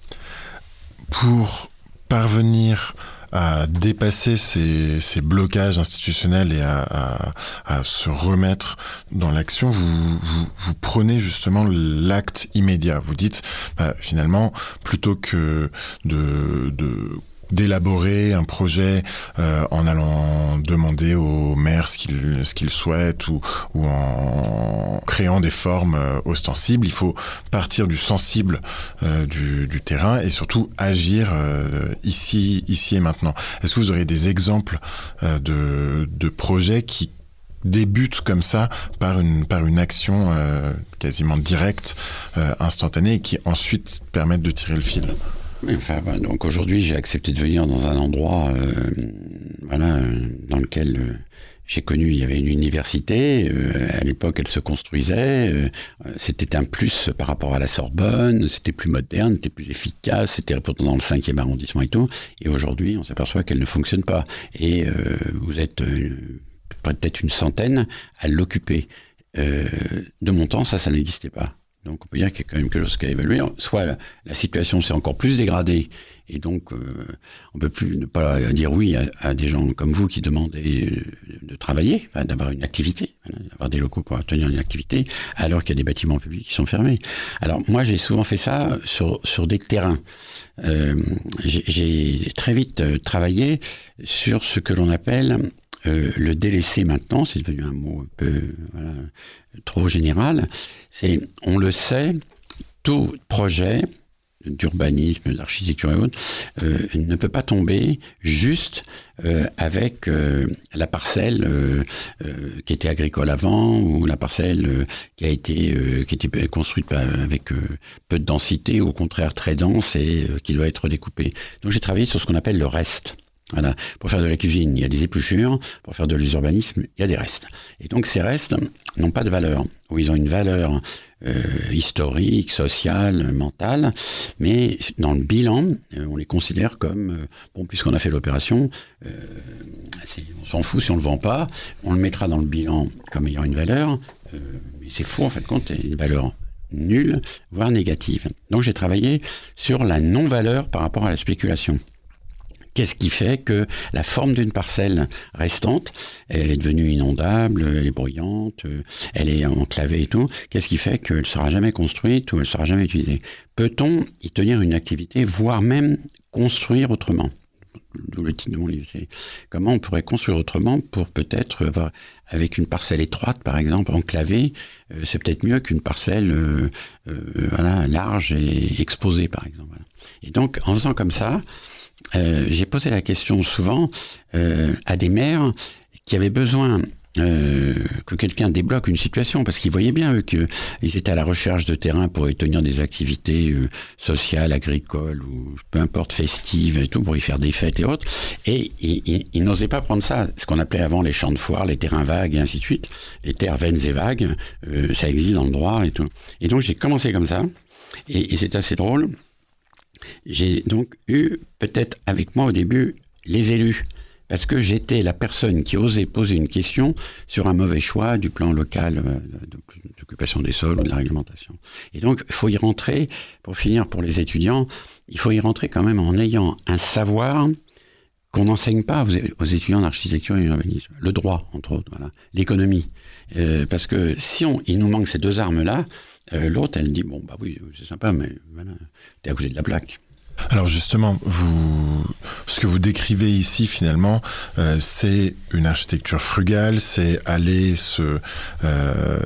Pour parvenir à dépasser ces, ces blocages institutionnels et à, à, à se remettre dans l'action, vous, vous, vous prenez justement l'acte immédiat. Vous dites, bah, finalement, plutôt que de... de d'élaborer un projet euh, en allant demander au maire ce qu'il ce qu'il souhaite ou ou en créant des formes euh, ostensibles, il faut partir du sensible euh, du du terrain et surtout agir euh, ici ici et maintenant. Est-ce que vous auriez des exemples euh, de de projets qui débutent comme ça par une par une action euh, quasiment directe, euh, instantanée et qui ensuite permettent de tirer le fil? Enfin, bah, donc aujourd'hui, j'ai accepté de venir dans un endroit, euh, voilà, dans lequel euh, j'ai connu, il y avait une université. Euh, à l'époque, elle se construisait. Euh, c'était un plus par rapport à la Sorbonne. C'était plus moderne, c'était plus efficace. C'était pourtant dans le cinquième arrondissement et tout. Et aujourd'hui, on s'aperçoit qu'elle ne fonctionne pas. Et euh, vous êtes euh, peut-être une centaine à l'occuper. Euh, de mon temps, ça, ça n'existait pas. Donc on peut dire qu'il y a quand même quelque chose qui a évolué. Soit la, la situation s'est encore plus dégradée, et donc euh, on ne peut plus ne pas dire oui à, à des gens comme vous qui demandaient de, de travailler, enfin, d'avoir une activité, hein, d'avoir des locaux pour tenir une activité, alors qu'il y a des bâtiments publics qui sont fermés. Alors moi j'ai souvent fait ça sur, sur des terrains. Euh, j'ai, j'ai très vite travaillé sur ce que l'on appelle Euh, le délaissé maintenant, c'est devenu un mot un peu voilà, trop général. C'est, on le sait, tout projet d'urbanisme, d'architecture et autres, euh, ne peut pas tomber juste euh, avec euh, la parcelle euh, euh, qui était agricole avant ou la parcelle euh, qui a été euh, qui était construite avec euh, peu de densité ou au contraire très dense et euh, qui doit être découpée. Donc j'ai travaillé sur ce qu'on appelle le reste. Voilà. Pour faire de la cuisine, il y a des épluchures. Pour faire de l'urbanisme, il y a des restes. Et donc ces restes n'ont pas de valeur, ou ils ont une valeur euh, historique, sociale, mentale, mais dans le bilan, euh, on les considère comme, euh, bon, puisqu'on a fait l'opération, euh, c'est, on s'en fout si on le vend pas, on le mettra dans le bilan comme ayant une valeur, euh, mais c'est faux en fait, compte, une valeur nulle, voire négative. Donc j'ai travaillé sur la non-valeur par rapport à la spéculation. Qu'est-ce qui fait que la forme d'une parcelle restante, elle est devenue inondable, elle est bruyante, elle est enclavée et tout. Qu'est-ce qui fait qu'elle ne sera jamais construite ou elle ne sera jamais utilisée? Peut-on y tenir une activité, voire même construire autrement? D'où le titre de mon livre, c'est comment on pourrait construire autrement pour peut-être avoir, avec une parcelle étroite par exemple, enclavée, euh, c'est peut-être mieux qu'une parcelle euh, euh, voilà, large et exposée par exemple. Voilà. Et donc en faisant comme ça, Euh, j'ai posé la question souvent euh, à des maires qui avaient besoin euh, que quelqu'un débloque une situation, parce qu'ils voyaient bien eux qu'ils étaient à la recherche de terrain pour y tenir des activités euh, sociales, agricoles ou peu importe, festives et tout, pour y faire des fêtes et autres, et ils, ils, ils n'osaient pas prendre ça, ce qu'on appelait avant les champs de foire, les terrains vagues et ainsi de suite, les terres vaines et vagues, euh, ça existe dans le droit et tout. Et donc j'ai commencé comme ça, et, et c'est assez drôle. J'ai donc eu, peut-être avec moi au début, les élus, parce que j'étais la personne qui osait poser une question sur un mauvais choix du plan local d'occupation des sols ou de la réglementation. Et donc, il faut y rentrer, pour finir pour les étudiants, il faut y rentrer quand même en ayant un savoir qu'on n'enseigne pas aux étudiants d'architecture et d'urbanisme. Le droit, entre autres, voilà. L'économie. Euh, parce que si on, il nous manque ces deux armes-là, Euh, l'autre, elle dit, bon, bah oui, c'est sympa, mais voilà, t'es à côté de la plaque. Alors justement, vous, ce que vous décrivez ici finalement, euh, c'est une architecture frugale, c'est aller se, euh,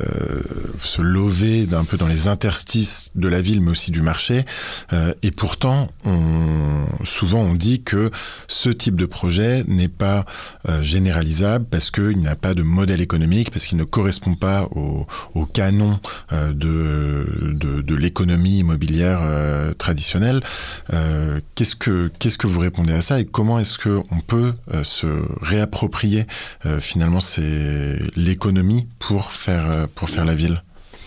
se lover un peu dans les interstices de la ville, mais aussi du marché. Euh, et pourtant, on, souvent on dit que ce type de projet n'est pas euh, généralisable parce qu'il n'a pas de modèle économique, parce qu'il ne correspond pas au, au canon euh, de, de, de l'économie immobilière euh, traditionnelle. Euh, Euh, qu'est-ce que, qu'est-ce que vous répondez à ça et comment est-ce qu'on peut euh, se réapproprier euh, finalement c'est l'économie pour faire, euh, pour faire la ville?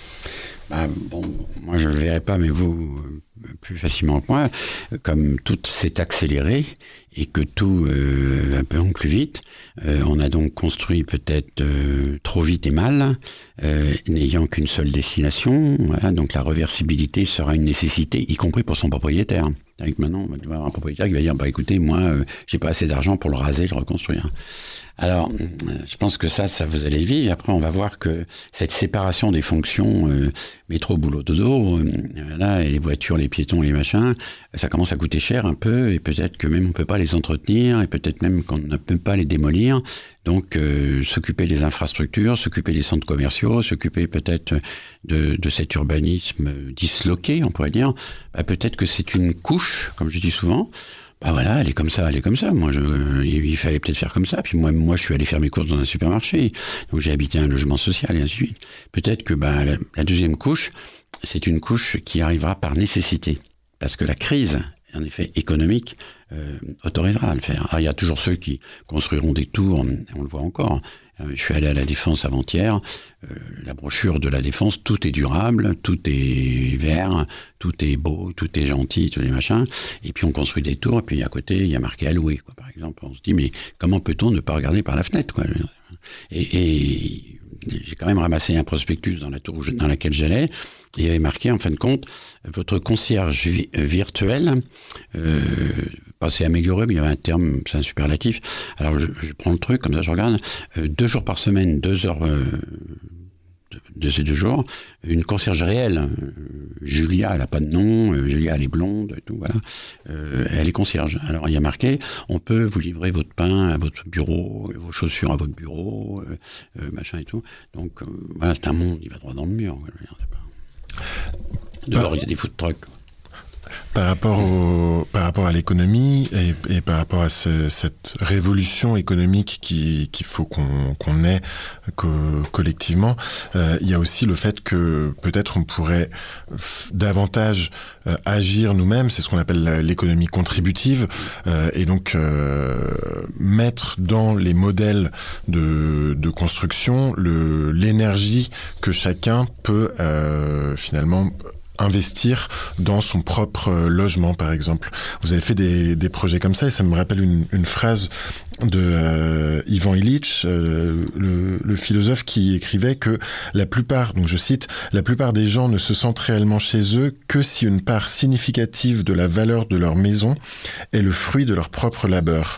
Bah, bon, moi je ne le verrai pas, mais vous, euh, plus facilement que moi, comme tout s'est accéléré et que tout euh, un peu plus vite, euh, on a donc construit peut-être euh, trop vite et mal, euh, n'ayant qu'une seule destination. Voilà, donc la reversibilité sera une nécessité, y compris pour son propriétaire. Avec maintenant, on va avoir un propriétaire qui va dire, bah écoutez, moi, euh, j'ai pas assez d'argent pour le raser, le reconstruire. Alors, je pense que ça, ça vous allez vivre. Après, on va voir que cette séparation des fonctions euh, métro, boulot, dodo, euh, là, et les voitures, les piétons, les machins, ça commence à coûter cher un peu, et peut-être que même on peut pas les entretenir, et peut-être même qu'on ne peut pas les démolir. Donc, euh, s'occuper des infrastructures, s'occuper des centres commerciaux, s'occuper peut-être de, de cet urbanisme disloqué, on pourrait dire, bah, peut-être que c'est une couche, comme je dis souvent. Bah voilà, elle est comme ça, elle est comme ça. Moi, je, il, il fallait peut-être faire comme ça. Puis moi, moi, je suis allé faire mes courses dans un supermarché. Donc j'ai habité un logement social et ainsi de suite. Peut-être que bah, la, la deuxième couche, c'est une couche qui arrivera par nécessité. Parce que la crise, en effet, économique, euh, autorisera à le faire. Alors, il y a toujours ceux qui construiront des tours, on le voit encore. Je suis allé à la Défense avant-hier, euh, la brochure de la Défense, tout est durable, tout est vert, tout est beau, tout est gentil, tous les machins, et puis on construit des tours, et puis à côté, il y a marqué à louer, quoi, par exemple. On se dit, mais comment peut-on ne pas regarder par la fenêtre, quoi? Et, et j'ai quand même ramassé un prospectus dans la tour dans laquelle j'allais, et il y avait marqué, en fin de compte, votre concierge vi- virtuel, euh, pas c'est amélioré, mais il y avait un terme, c'est un superlatif. Alors je, je prends le truc, comme ça je regarde, euh, deux jours par semaine, deux heures euh, de, de ces deux jours, une concierge réelle. Euh, Julia, elle n'a pas de nom, euh, Julia, elle est blonde, et tout, voilà. Euh, elle est concierge. Alors il y a marqué, on peut vous livrer votre pain à votre bureau, vos chaussures à votre bureau, euh, euh, machin et tout. Donc euh, voilà, c'est un monde, il va droit dans le mur. Dehors, il y a des food trucks. Par rapport, au, par rapport à l'économie et, et par rapport à ce, cette révolution économique qui, qu'il faut qu'on, qu'on ait co- collectivement, euh, il y a aussi le fait que peut-être on pourrait f- davantage euh, agir nous-mêmes, c'est ce qu'on appelle la, l'économie contributive, euh, et donc euh, mettre dans les modèles de, de construction le, l'énergie que chacun peut euh, finalement investir dans son propre logement, par exemple. Vous avez fait des, des projets comme ça, et ça me rappelle une, une phrase de euh, Ivan Illich, euh, le, le philosophe, qui écrivait que la plupart, donc je cite, la plupart des gens ne se sentent réellement chez eux que si une part significative de la valeur de leur maison est le fruit de leur propre labeur.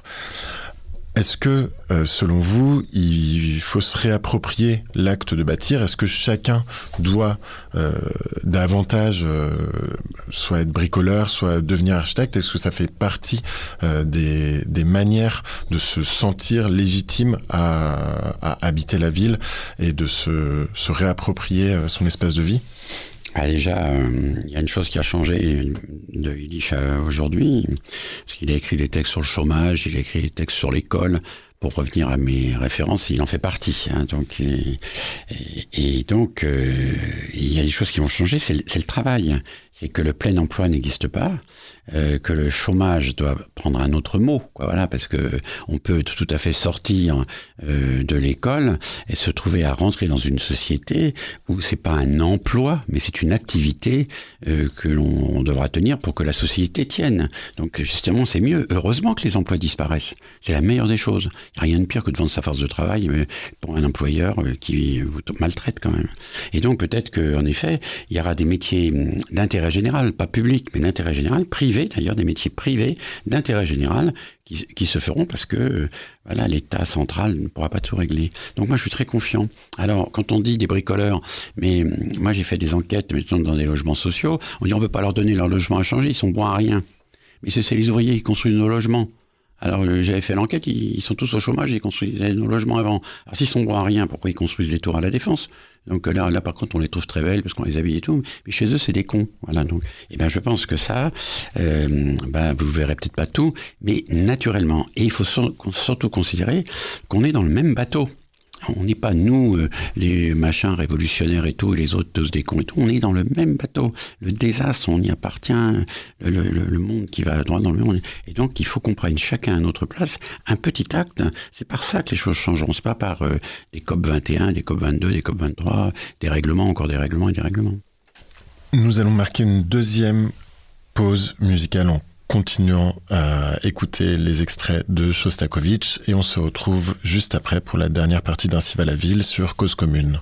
Est-ce que, euh, selon vous, il faut se réapproprier l'acte de bâtir ? Est-ce que chacun doit euh, davantage euh, soit être bricoleur, soit devenir architecte ? Est-ce que ça fait partie euh, des, des manières de se sentir légitime à, à habiter la ville et de se, se réapproprier son espace de vie ? Ah, déjà, il euh, y a une chose qui a changé de Illich à aujourd'hui, parce qu'il a écrit des textes sur le chômage, il a écrit des textes sur l'école. Pour revenir à mes références, il en fait partie. Hein, donc, et, et, et donc, euh, il y a des choses qui vont changer, c'est le, c'est le travail. C'est que le plein emploi n'existe pas, euh, que le chômage doit prendre un autre mot, quoi, voilà, parce que on peut tout à fait sortir euh, de l'école et se trouver à rentrer dans une société où c'est pas un emploi, mais c'est une activité euh, que l'on devra tenir pour que la société tienne. Donc justement, c'est mieux. Heureusement que les emplois disparaissent. C'est la meilleure des choses. Il n'y a rien de pire que de vendre sa force de travail pour un employeur qui vous maltraite quand même. Et donc peut-être qu'en effet, il y aura des métiers d'intérêt général, pas public, mais d'intérêt général, privé d'ailleurs, des métiers privés d'intérêt général qui, qui se feront parce que voilà, l'État central ne pourra pas tout régler. Donc moi je suis très confiant. Alors quand on dit des bricoleurs, mais moi j'ai fait des enquêtes mettons dans des logements sociaux, on dit on ne peut pas leur donner leur logement à changer, ils sont bons à rien. Mais c'est, c'est les ouvriers qui construisent nos logements. Alors euh, j'avais fait l'enquête, ils, ils sont tous au chômage, ils construisaient nos logements avant. Alors s'ils sont bons à rien, pourquoi ils construisent les tours à la Défense ? Donc là, là par contre on les trouve très belles parce qu'on les habille et tout, mais chez eux c'est des cons. Voilà, donc et ben je pense que ça, euh, ben vous verrez peut-être pas tout, mais naturellement. Et il faut surtout considérer qu'on est dans le même bateau. On n'est pas, nous, euh, les machins révolutionnaires et tout, et les autres tous des cons et tout. On est dans le même bateau. Le désastre, on y appartient. Le, le, le monde qui va droit dans le monde. Et donc, il faut qu'on prenne chacun à notre place un petit acte. C'est par ça que les choses changeront. C'est pas par euh, des C O P vingt et un, des C O P vingt-deux, des C O P vingt-trois, des règlements, encore des règlements et des règlements. Nous allons marquer une deuxième pause musicale en continuant à écouter les extraits de Shostakovich et on se retrouve juste après pour la dernière partie d'Ainsi va la ville sur Cause Commune.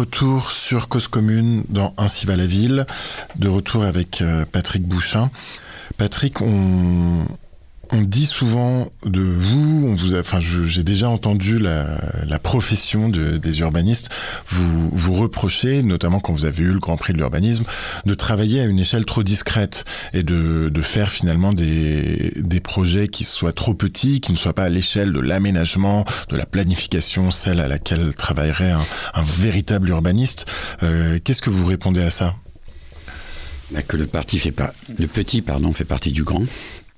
retour sur Cause Commune dans Ainsi va la ville, de retour avec euh, Patrick Bouchain. Patrick, on, on dit souvent de vous, on vous a, enfin, je, j'ai déjà entendu la, la profession de, des urbanistes vous, vous reprocher, notamment quand vous avez eu le Grand Prix de l'urbanisme, de travailler à une échelle trop discrète et de, de faire finalement des, des projets qui soient trop petits, qui ne soient pas à l'échelle de l'aménagement, de la planification, celle à laquelle travaillerait un, un véritable urbaniste. Euh, qu'est-ce que vous répondez à ça ? Bah, que le, parti fait pas, le petit pardon, fait partie du grand.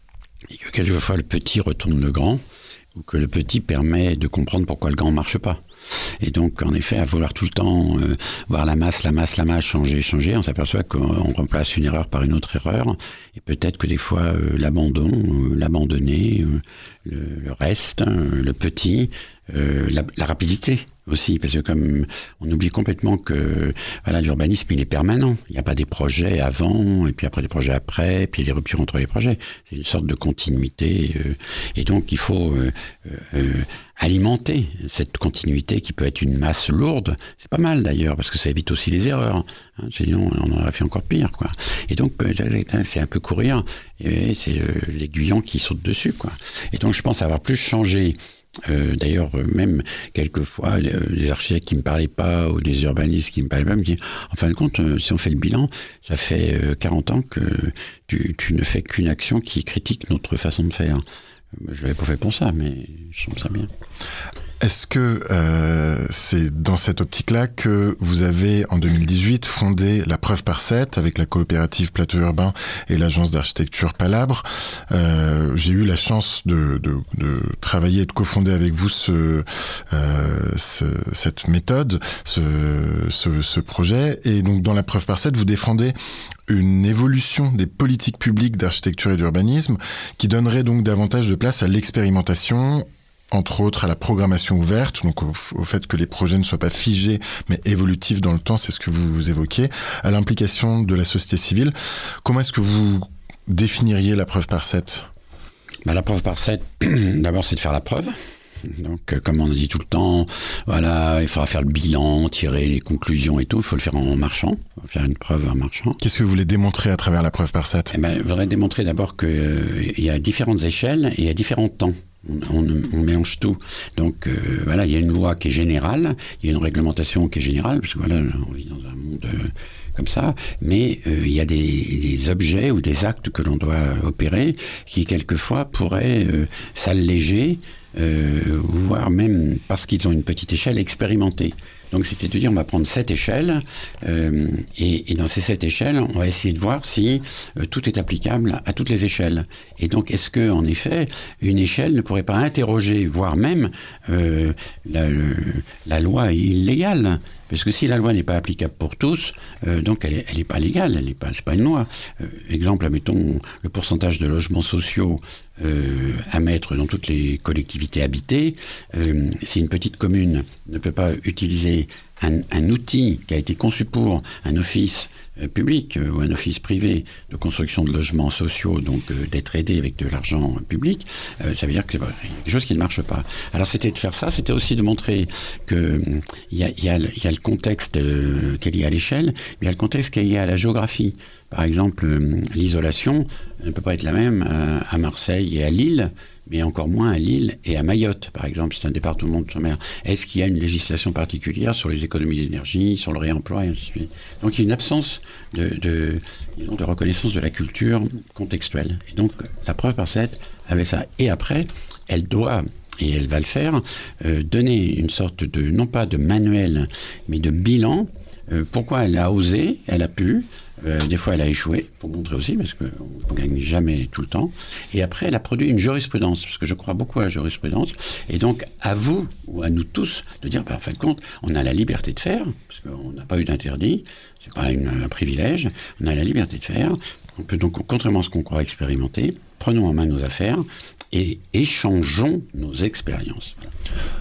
Et que quelquefois le petit retourne le grand, ou que le petit permet de comprendre pourquoi le grand ne marche pas. Et donc, en effet, à vouloir tout le temps euh, voir la masse, la masse, la masse, changer, changer, on s'aperçoit qu'on remplace une erreur par une autre erreur. Et peut-être que des fois, euh, l'abandon, euh, l'abandonné, euh, le, le reste, euh, le petit, euh, la, la rapidité aussi, parce que comme on oublie complètement que voilà, l'urbanisme il est permanent, il n'y a pas des projets avant et puis après des projets après, puis des ruptures entre les projets, c'est une sorte de continuité euh, et donc il faut euh, euh, alimenter cette continuité qui peut être une masse lourde, c'est pas mal d'ailleurs parce que ça évite aussi les erreurs, hein, sinon on aurait fait encore pire quoi. Et donc c'est un peu courir et c'est euh, l'aiguillon qui saute dessus quoi. Et donc je pense avoir plus changé. Euh, d'ailleurs, même quelquefois, les architectes qui me parlaient pas ou des urbanistes qui me parlaient pas me disent, en fin de compte, euh, si on fait le bilan, ça fait euh, quarante ans que tu, tu ne fais qu'une action qui critique notre façon de faire. Je l'avais pas fait pour ça, mais je trouve ça bien. Est-ce que euh, c'est dans cette optique-là que vous avez, en deux mille dix-huit, fondé La Preuve par sept avec la coopérative Plateau Urbain et l'agence d'architecture Palabre ? euh, J'ai eu la chance de, de, de travailler et de cofonder avec vous ce, euh, ce, cette méthode, ce, ce, ce projet. Et donc, dans La Preuve par sept, vous défendez une évolution des politiques publiques d'architecture et d'urbanisme qui donnerait donc davantage de place à l'expérimentation, entre autres à la programmation ouverte, donc au, au fait que les projets ne soient pas figés mais évolutifs dans le temps, c'est ce que vous évoquez, à l'implication de la société civile. Comment est-ce que vous définiriez la preuve par sept ? Bah, la preuve par sept, d'abord c'est de faire la preuve. Donc, euh, comme on a dit tout le temps, voilà, il faudra faire le bilan, tirer les conclusions et tout. Il faut le faire en marchant, il faut faire une preuve en marchant. Qu'est-ce que vous voulez démontrer à travers la preuve par sept ? Eh ben, je voudrais démontrer d'abord qu'il euh, y a différentes échelles et il y a différents temps. On, on, on mélange tout. Donc euh, voilà, il y a une loi qui est générale, il y a une réglementation qui est générale, parce que voilà, on vit dans un monde euh, comme ça, mais euh, il y a des, des objets ou des actes que l'on doit opérer qui quelquefois pourraient euh, s'alléger, euh, voire même, parce qu'ils ont une petite échelle, expérimenter. Donc c'était de dire on va prendre sept échelles euh, et, et dans ces sept échelles on va essayer de voir si euh, tout est applicable à toutes les échelles. Et donc est-ce que en effet une échelle ne pourrait pas interroger, voire même euh, la, le, la loi illégale? Parce que si la loi n'est pas applicable pour tous, euh, donc elle n'est elle est pas légale, elle n'est pas, c'est pas une loi. Euh, exemple, admettons le pourcentage de logements sociaux euh, à mettre dans toutes les collectivités habitées. Euh, si une petite commune ne peut pas utiliser un, un outil qui a été conçu pour un office euh, public euh, ou un office privé de construction de logements sociaux, donc euh, d'être aidé avec de l'argent public, euh, ça veut dire qu'il y a quelque chose qui ne marche pas. Alors c'était de faire ça, c'était aussi de montrer que il y a, y a, y a le contexte euh, qui est lié à l'échelle, mais il y a le contexte qui est lié à la géographie. Par exemple, euh, l'isolation ne peut pas être la même à, à Marseille et à Lille, mais encore moins à Lille et à Mayotte, par exemple, c'est un département de mer. Est-ce qu'il y a une législation particulière sur les économies d'énergie, sur le réemploi, et ainsi de suite. Donc il y a une absence de, de, disons, de reconnaissance de la culture contextuelle. Et donc la preuve par sept, avec ça. Et après, elle doit, et elle va le faire, euh, donner une sorte de, non pas de manuel, mais de bilan. Euh, pourquoi elle a osé, elle a pu, euh, des fois elle a échoué, il faut montrer aussi, parce qu'on ne gagne jamais tout le temps. Et après, elle a produit une jurisprudence, parce que je crois beaucoup à la jurisprudence. Et donc, à vous, ou à nous tous, de dire, bah, en fin de compte, on a la liberté de faire, parce qu'on n'a pas eu d'interdit, c'est pas une, un privilège, on a la liberté de faire. On peut donc, contrairement à ce qu'on croit expérimenter, prenons en main nos affaires et échangeons nos expériences. Voilà.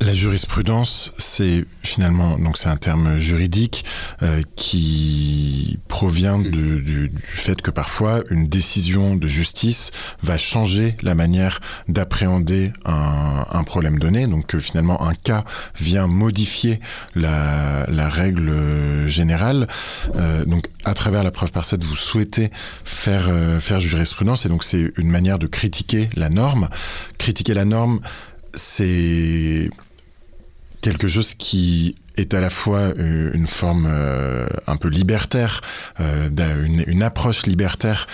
La jurisprudence, c'est finalement, donc c'est un terme juridique euh, qui provient de, du, du fait que parfois une décision de justice va changer la manière d'appréhender un, un problème donné. Donc euh, finalement, un cas vient modifier la, la règle générale. Euh, donc à travers la preuve par sept, vous souhaitez faire euh, faire jurisprudence, et donc c'est une manière de critiquer la norme. Critiquer la norme, c'est quelque chose qui est à la fois une forme euh, un peu libertaire, euh, une, une approche libertaire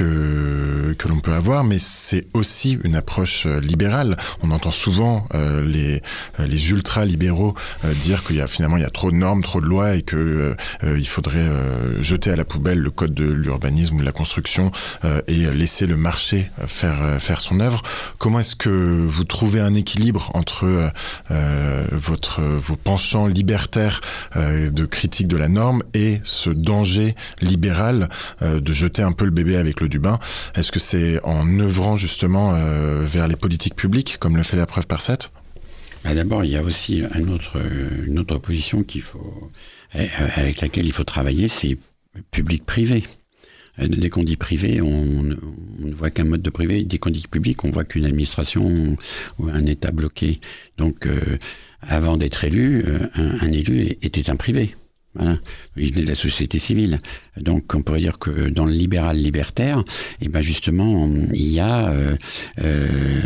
que que l'on peut avoir, mais c'est aussi une approche libérale. On entend souvent euh, les les ultra libéraux euh, dire qu'il y a finalement il y a trop de normes, trop de lois, et que euh, il faudrait euh, jeter à la poubelle le code de l'urbanisme ou de la construction euh, et laisser le marché faire faire son œuvre. Comment est-ce que vous trouvez un équilibre entre euh, votre vos penchants libéraux libertaire euh, de critique de la norme et ce danger libéral euh, de jeter un peu le bébé avec l'eau du bain? Est-ce que c'est en œuvrant justement euh, vers les politiques publiques, comme le fait la preuve par sept? Bah d'abord, il y a aussi un autre, une autre position qu'il faut, avec laquelle il faut travailler, c'est public-privé. Dès qu'on dit privé, on, on ne voit qu'un mode de privé. Dès qu'on dit public, on voit qu'une administration ou un État bloqué. Donc, euh, avant d'être élu, un, un élu était un privé. Voilà. Il venait de la société civile. Donc, on pourrait dire que dans le libéral libertaire, eh ben justement, il y a euh, euh,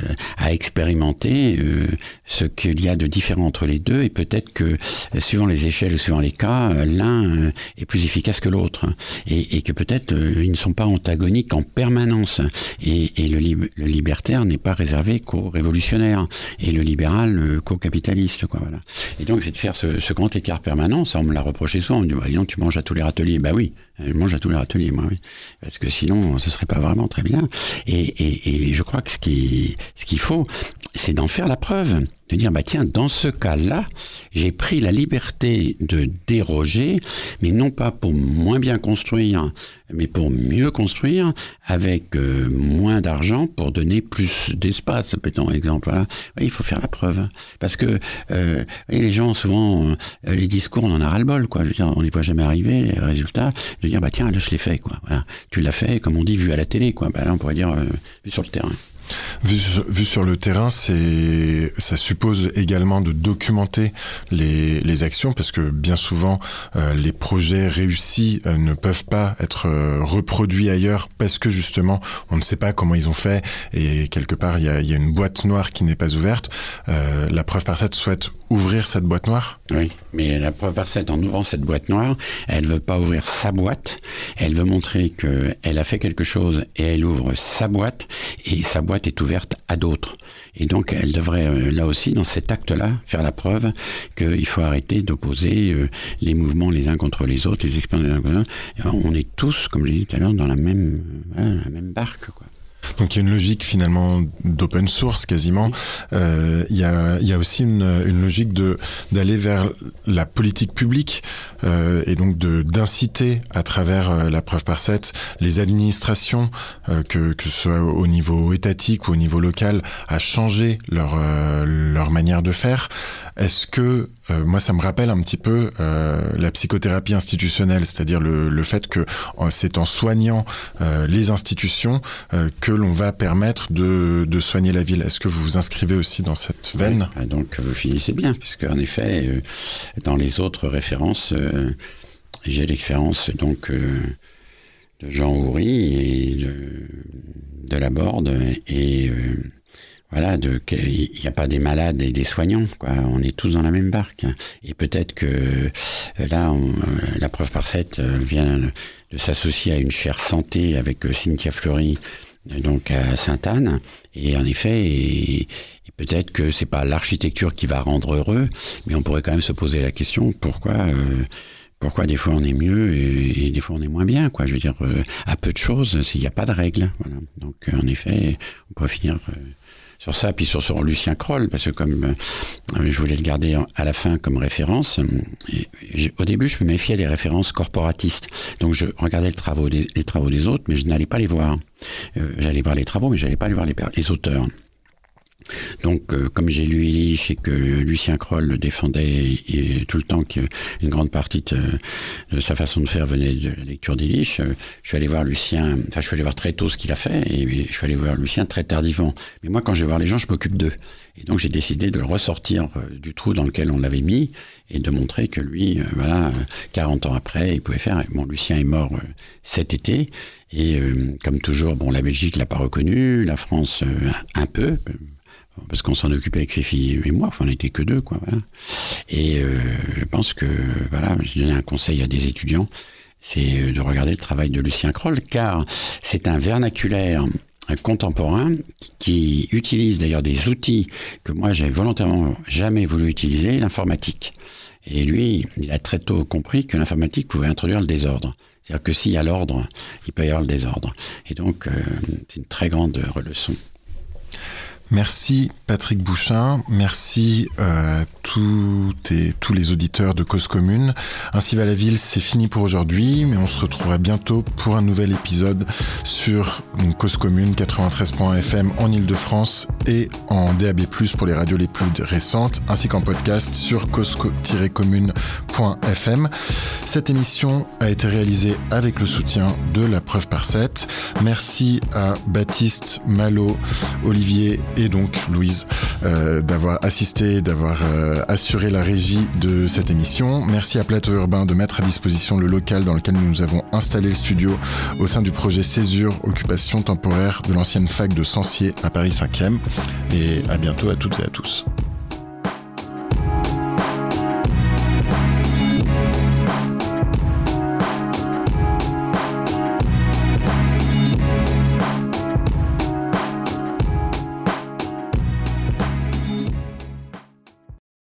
à expérimenter euh, ce qu'il y a de différent entre les deux, et peut-être que, suivant les échelles, suivant les cas, l'un euh, est plus efficace que l'autre, et, et que peut-être euh, ils ne sont pas antagoniques en permanence. Et, et le, lib- le libertaire n'est pas réservé qu'aux révolutionnaires, et le libéral euh, qu'aux capitalistes, quoi. Voilà. Et donc, c'est de faire ce, ce grand écart permanent. Ça, on me l'a reproché souvent. On me dit, bah, dis donc, tu manges à tous les râteliers. Bah oui, je mange à tous les râteliers, moi, oui. Parce que sinon, ce serait pas vraiment très bien. Et, et, et je crois que ce qui, ce qu'il faut, c'est d'en faire la preuve. De dire, bah tiens, dans ce cas-là, j'ai pris la liberté de déroger, mais non pas pour moins bien construire, mais pour mieux construire, avec euh, moins d'argent, pour donner plus d'espace. Par exemple, voilà. Oui, il faut faire la preuve. Parce que euh, les gens, souvent, euh, les discours, on en a ras-le-bol, quoi. Je veux dire, on les voit jamais arriver, les résultats. De dire, bah tiens, là, je l'ai fait, quoi. Voilà. Tu l'as fait, comme on dit, vu à la télé, quoi. Bah là, on pourrait dire, euh, vu sur le terrain. Vu, vu sur le terrain, c'est, ça suppose également de documenter les, les actions, parce que bien souvent, euh, les projets réussis euh, ne peuvent pas être euh, reproduits ailleurs, parce que justement, on ne sait pas comment ils ont fait, et quelque part, il y a, y a une boîte noire qui n'est pas ouverte. Euh, la preuve par sept souhaite ouvrir cette boîte noire? Oui, mais la preuve par sept, en ouvrant cette boîte noire, elle veut pas ouvrir sa boîte, elle veut montrer qu'elle a fait quelque chose, et elle ouvre sa boîte, et sa boîte est ouverte à d'autres. Et donc, elle devrait, là aussi, dans cet acte-là, faire la preuve qu'il faut arrêter d'opposer euh, les mouvements les uns contre les autres, les expériences les uns contre les autres. On est tous, comme je l'ai dit tout à l'heure, dans la même, voilà, la même barque, quoi. Donc il y a une logique finalement d'open source quasiment. Euh, il y a, il y a aussi une, une logique de d'aller vers la politique publique euh, et donc de d'inciter à travers euh, la preuve par sept les administrations, euh, que que ce soit au niveau étatique ou au niveau local, à changer leur euh, leur manière de faire. Est-ce que, euh, moi ça me rappelle un petit peu euh, la psychothérapie institutionnelle, c'est-à-dire le, le fait que euh, c'est en soignant euh, les institutions euh, que l'on va permettre de, de soigner la ville. Est-ce que vous vous inscrivez aussi dans cette veine? Oui, donc vous finissez bien, puisque en effet, euh, dans les autres références, euh, j'ai l'expérience donc euh, de Jean Houry et de, de Laborde, et euh, voilà, de, il n'y a pas des malades et des soignants, quoi. On est tous dans la même barque. Et peut-être que là, on, la preuve par sept vient de s'associer à une chaire santé avec Cynthia Fleury, donc à Sainte-Anne. Et en effet, et, et peut-être que c'est pas l'architecture qui va rendre heureux, mais on pourrait quand même se poser la question pourquoi. Euh, Pourquoi des fois on est mieux et, et des fois on est moins bien, quoi. Je veux dire, euh, à peu de choses, il n'y a pas de règles. Voilà. Donc, euh, en effet, on pourrait finir euh, sur ça, puis sur, sur Lucien Kroll, parce que comme euh, je voulais le garder à la fin comme référence, et, au début je me méfiais des références corporatistes. Donc je regardais les travaux des, les travaux des autres, mais je n'allais pas les voir. Euh, j'allais voir les travaux, mais j'allais pas aller voir les, les auteurs. Donc, euh, comme j'ai lu Illich et que Lucien Kroll le défendait et, et tout le temps qu'une grande partie de, de sa façon de faire venait de la lecture d'Illich, euh, je suis allé voir Lucien, enfin, je suis allé voir très tôt ce qu'il a fait et je suis allé voir Lucien très tardivement. Mais moi, quand je vais voir les gens, je m'occupe d'eux. Et donc, j'ai décidé de le ressortir euh, du trou dans lequel on l'avait mis et de montrer que lui, euh, voilà, euh, quarante ans après, il pouvait faire. Bon, Lucien est mort euh, cet été. Et euh, comme toujours, bon, la Belgique l'a pas reconnu, la France euh, un peu, parce qu'on s'en occupait avec ses filles et moi, enfin, on n'était que deux, quoi. Voilà. Et euh, je pense que, voilà, je donnais un conseil à des étudiants, c'est de regarder le travail de Lucien Kroll, car c'est un vernaculaire contemporain qui utilise d'ailleurs des outils que moi j'ai volontairement jamais voulu utiliser, l'informatique. Et lui, il a très tôt compris que l'informatique pouvait introduire le désordre. C'est-à-dire que s'il y a l'ordre, il peut y avoir le désordre. Et donc, euh, c'est une très grande leçon. Merci Patrick Bouchain, merci euh, tous, et, tous les auditeurs de Cause Commune. Ainsi va la ville, c'est fini pour aujourd'hui, mais on se retrouvera bientôt pour un nouvel épisode sur Cause Commune quatre-vingt-treize point F M en Ile-de-France et en D A B plus, pour les radios les plus récentes, ainsi qu'en podcast sur cause tiret commune point F M. Cette émission a été réalisée avec le soutien de La Preuve par sept. Merci à Baptiste, Malo, Olivier et donc Louise euh, d'avoir assisté, d'avoir euh, assuré la régie de cette émission. Merci à Plateau Urbain de mettre à disposition le local dans lequel nous avons installé le studio au sein du projet Césure, occupation temporaire de l'ancienne fac de Censier à Paris cinquième. Et à bientôt à toutes et à tous.